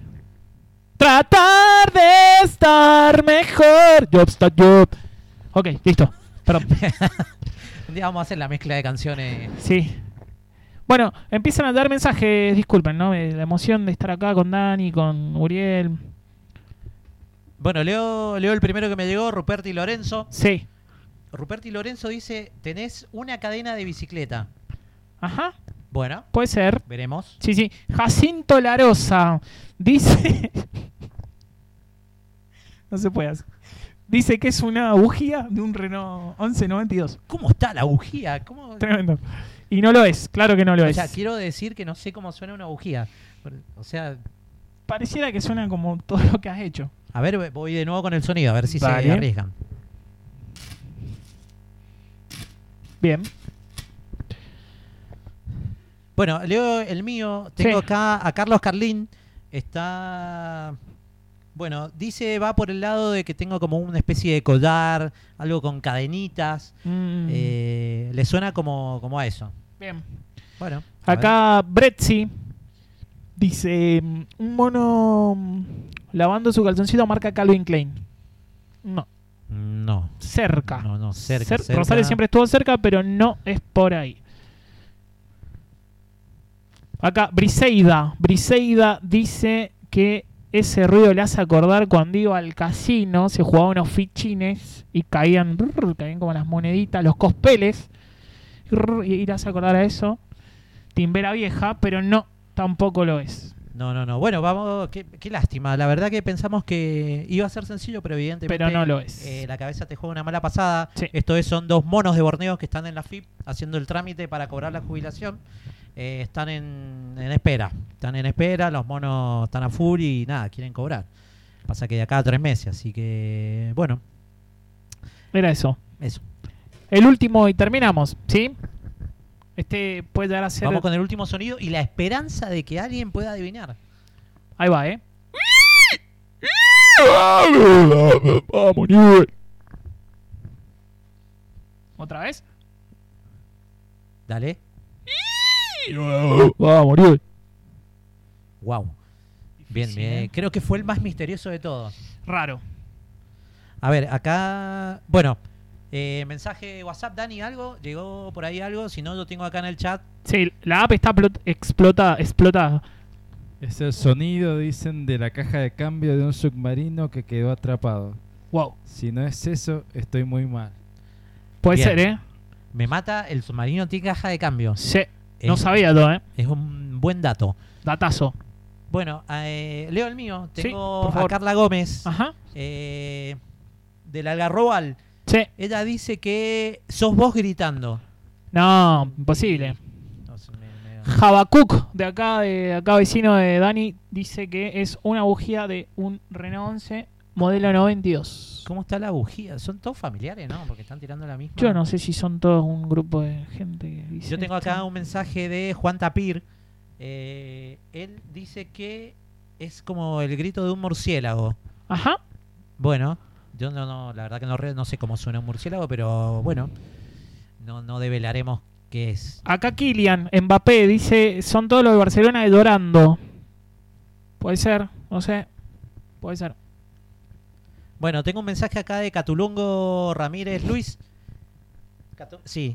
Tratar de estar mejor. Job, stop, job. Ok, listo. Perdón. Un día vamos a hacer la mezcla de canciones. Sí. Bueno, empiezan a dar mensajes, disculpen, ¿no? Eh, La emoción de estar acá con Dani, con Uriel. Bueno, leo, leo el primero que me llegó, Ruperti Lorenzo. Sí. Ruperti Lorenzo dice, tenés una cadena de bicicleta. Ajá, Bueno, puede ser. veremos. Sí, sí. Jacinto Larosa dice... no se puede hacer. Dice que es una bujía de un Renault once noventa y dos. ¿Cómo está la bujía? ¿Cómo? Tremendo. Y no lo es, claro que no lo O es. sea, quiero decir que no sé cómo suena una bujía. O sea, Pareciera que suena como todo lo que has hecho. a ver, voy de nuevo con el sonido, a ver si Vale. se arriesgan. Bien. Bueno, leo el mío. Tengo Sí. acá a Carlos Carlín. Está... Bueno, dice, va por el lado de que tengo como una especie de collar, algo con cadenitas. Mm, Eh, le suena como, como a eso. Bien. Bueno. a ver. Acá Bretzi dice mm, un mono mm, lavando su calzoncito marca Calvin Klein. No, No. cerca. No, no, cerca, Cer- cerca. Rosales siempre estuvo cerca, pero no es por ahí. Acá Briseida. Briseida dice que ese ruido le hace acordar cuando iba al casino, se jugaba unos fichines y caían, brrr, caían como las moneditas, los cospeles. Brrr, y le hace acordar a eso. Timbera vieja, pero no, tampoco lo es. No, no, no. Bueno, vamos, qué, qué lástima. La verdad que pensamos que iba a ser sencillo, pero evidentemente Pero no lo es. eh, la cabeza te juega una mala pasada. Sí. Esto es, son dos monos de Borneo que están en la F I P haciendo el trámite para cobrar la jubilación. Eh, están en, en espera. Están en espera, los monos están a full y nada, quieren cobrar. Pasa que de acá a tres meses, así que bueno, Era eso. eso. El último y terminamos, ¿sí? Este puede llegar a ser... Vamos con el último sonido y la esperanza de que alguien pueda adivinar. Ahí va, ¿eh? Vamos, Newell. ¿Otra vez? Dale. Vamos, Newell. Wow. Bien, Difícil, bien. ¿eh? Creo que fue el más misterioso de todos. Raro. A ver, acá... Bueno, eh, mensaje WhatsApp, Dani, ¿algo? ¿Llegó por ahí algo? Si no, yo tengo acá en el chat. Sí, la app está plot- explotada, explotada. Es el sonido, dicen, de la caja de cambio de un submarino que quedó atrapado. Wow. Si no es eso, estoy muy mal. Puede Bien. ser, ¿eh? Me mata, el submarino tiene caja de cambio. Sí. No Es- sabía todo, ¿eh? Es un buen dato. Datazo. Bueno, eh, leo el mío. Sí, Tengo por a favor. Carla Gómez, Ajá. eh, del Algarrobal. Sí. Ella dice que sos vos gritando. No, imposible. No sé, me- me- Habacuc, de acá, de acá vecino de Dani, dice que es una bujía de un Renault once modelo noventa y dos. ¿Cómo está la bujía? Son todos familiares, ¿no? Porque están tirando la misma. Yo no sé si son todos un grupo de gente que dice Yo tengo esto. acá un mensaje de Juan Tapir. Eh, él dice que es como el grito de un murciélago. Ajá. Bueno, yo no, no la verdad que no, re- no sé cómo suena un murciélago, pero bueno, no, no develaremos qué es. Acá Kylian Mbappé dice, son todos los de Barcelona de Dorando. Puede ser, no sé. Puede ser. Bueno, tengo un mensaje acá de Catulongo Ramírez Luis. Catu- sí.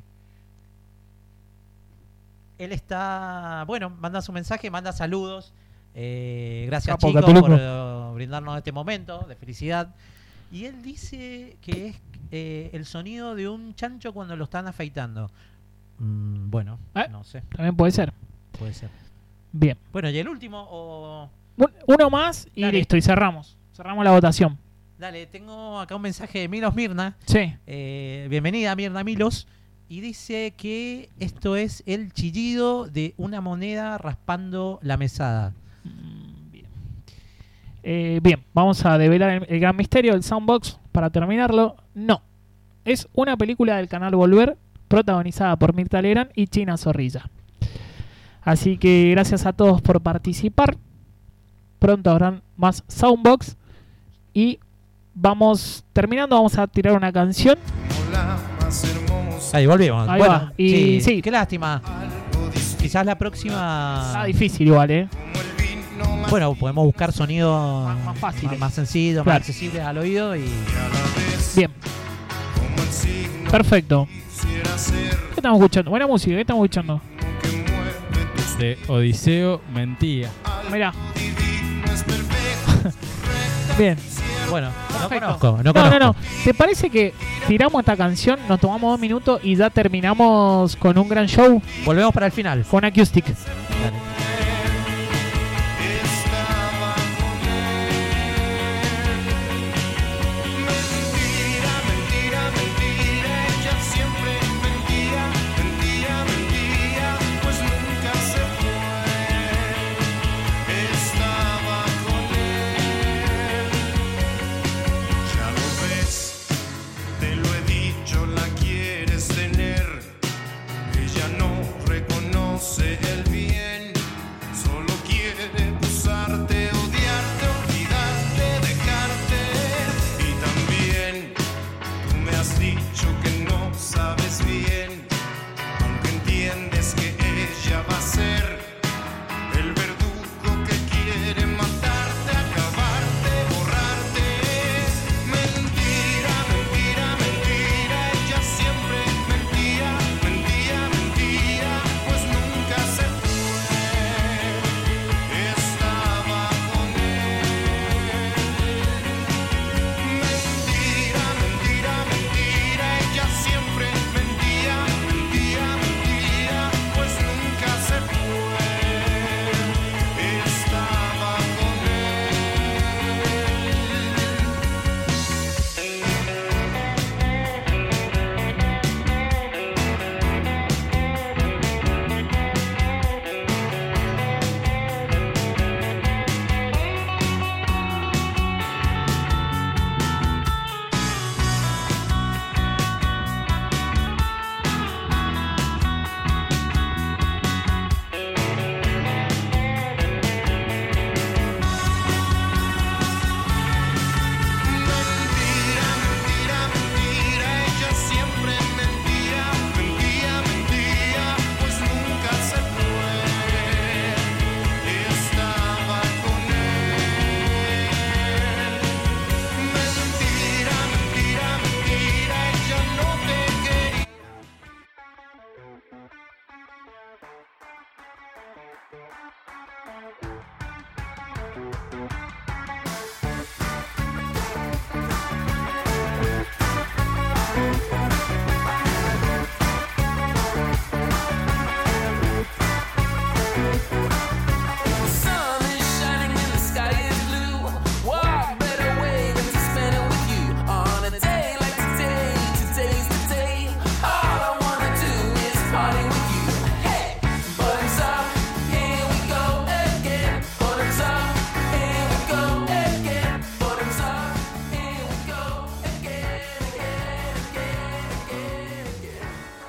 Él está, bueno, manda su mensaje, manda saludos. Eh, gracias, Capo, chicos, Catulongo. por eh, brindarnos este momento de felicidad. Y él dice que es eh, el sonido de un chancho cuando lo están afeitando. Mm, bueno, ¿Eh? no sé, También puede ser. puede ser. Bien. Bueno, y el último, o... Un- uno más y Dale. listo, y cerramos. Cerramos la votación. Dale, tengo acá un mensaje de Milos Mirna. Sí. Eh, bienvenida, Mirna Milos. Y dice que esto es el chillido de una moneda raspando la mesada. Mm, Bien. Eh, bien, vamos a develar el, el gran misterio del Soundbox para terminarlo. No. Es una película del canal Volver protagonizada por Mirta Legrand y China Zorrilla. Así que gracias a todos por participar. Pronto habrán más Soundbox. Y vamos terminando, vamos a tirar una canción. Ahí volvimos. Ahí bueno, va. Y sí. qué lástima. Quizás la próxima. Está difícil igual, ¿eh? Bueno, podemos buscar sonidos Más- más fáciles. más, más sencillos, Claro. más accesibles al oído y Bien. Perfecto. ¿Qué estamos escuchando? Buena música, ¿qué estamos escuchando? De Odiseo Mentía. Mirá. Bien. Bueno, no Perfecto. conozco, no No, conozco. no, no. ¿Te parece que tiramos esta canción, nos tomamos dos minutos y ya terminamos con un gran show Volvemos para el final. con Acoustic? Dale. el bien, solo quiere usarte, odiarte, olvidarte, dejarte. Y también tú me has dicho que no sabes bien, aunque entiendes que ella va a ser el verdugo que quiere matarte, acabarte, borrarte. Mentira, mentira, mentira, ella siempre mentía, mentía, mentía, pues nunca se fue, estaba con él. Mentira, mentira, mentira, ella siempre mentía, mentía, mentía, pues nunca se fue, estaba con él. Mentira, mentira, mentira, ella siempre mentía, mentía, mentía, pues nunca se fue, estaba con él. Mentira, mentira, mentira, ella no te quería. The sun is shining and the sky is blue. What better way than to spend it with you on a day like today? Today's the day. All I wanna do is party with you. Hey, bottoms up, here we go again. Bottoms up, here we go again. Bottoms up, here we go again, again, again, again, again.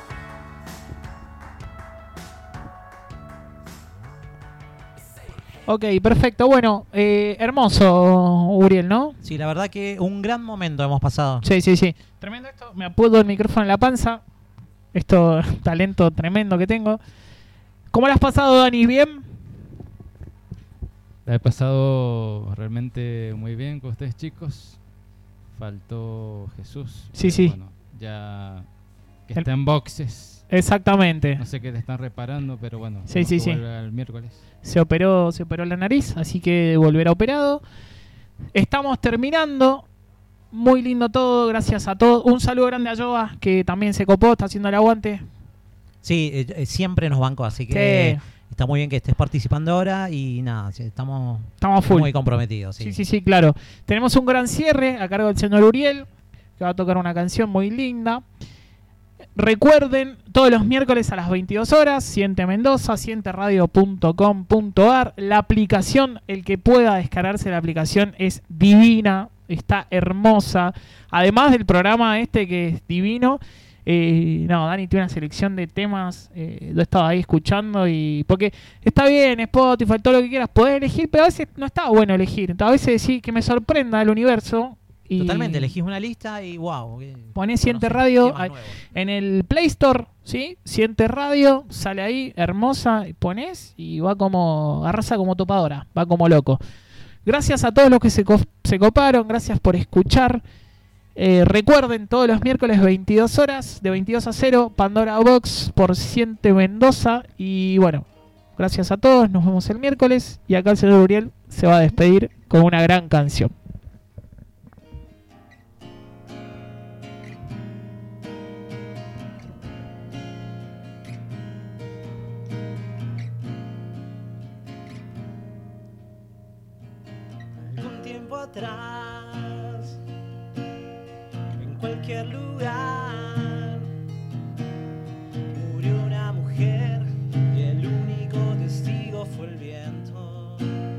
Ok, perfecto. Bueno, eh, hermoso, Uriel, ¿no? Sí, la verdad que un gran momento hemos pasado. Sí, sí, sí. Tremendo esto. Me apoyo el micrófono en la panza. Esto, talento tremendo que tengo. ¿Cómo lo has pasado, Dani? ¿Bien? La he pasado realmente muy bien con ustedes, chicos. Faltó Jesús. Sí, pero sí. Bueno, ya que El- está en boxes. Exactamente. No sé qué le están reparando, pero bueno. Sí, vemos sí, que sí. vuelve el miércoles. Se operó, se operó la nariz, así que volverá operado. Estamos terminando. Muy lindo todo, gracias a todos. Un saludo grande a Joa, que también se copó, está haciendo el aguante. Sí, eh, eh, siempre nos banco, así que Sí. está muy bien que estés participando ahora y nada, sí, estamos Estamos full. muy comprometidos. Sí. Sí, sí, sí, claro. Tenemos un gran cierre a cargo del señor Uriel, que va a tocar una canción muy linda. Recuerden, todos los miércoles a las veintidós horas, Siente Mendoza, siente radio punto com punto ar. La aplicación, el que pueda descargarse la aplicación, es divina, está hermosa. Además del programa este que es divino, eh, no, Dani tiene una selección de temas, eh, yo estaba ahí escuchando y... Porque está bien, Spotify, todo lo que quieras, podés elegir, pero a veces no está bueno elegir. Entonces, a veces decís que me sorprenda el universo. Y Totalmente, elegís una lista y wow. Ponés Siente Radio ahí, en el Play Store, ¿sí? Siente Radio, sale ahí, hermosa, y ponés y va como, arrasa como topadora, va como loco. Gracias a todos los que se, co- se coparon, gracias por escuchar. Eh, recuerden, todos los miércoles veintidós horas, de veintidós a cero, Pandora Box por Siente Mendoza. Y bueno, gracias a todos, nos vemos el miércoles. Y acá el señor Uriel se va a despedir con una gran canción. Algún tiempo atrás, en cualquier lugar, murió una mujer y el único testigo fue el viento.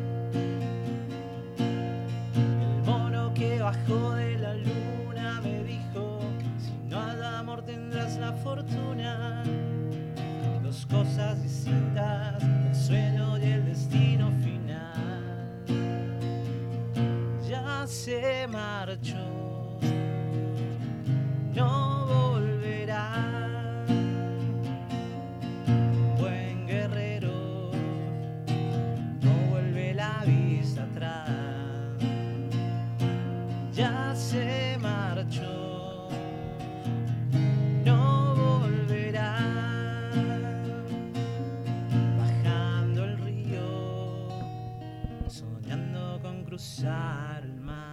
El mono que bajó de la luna me dijo: si no hay amor tendrás la fortuna. Dos cosas distintas, el sueño y el destino final. Ya se marchó, no volverá. Buen guerrero, no vuelve la vista atrás. Ya se marchó, no volverá. Bajando el río, soñando con cruzar el mar.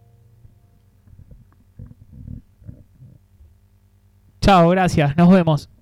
Chao, gracias, nos vemos.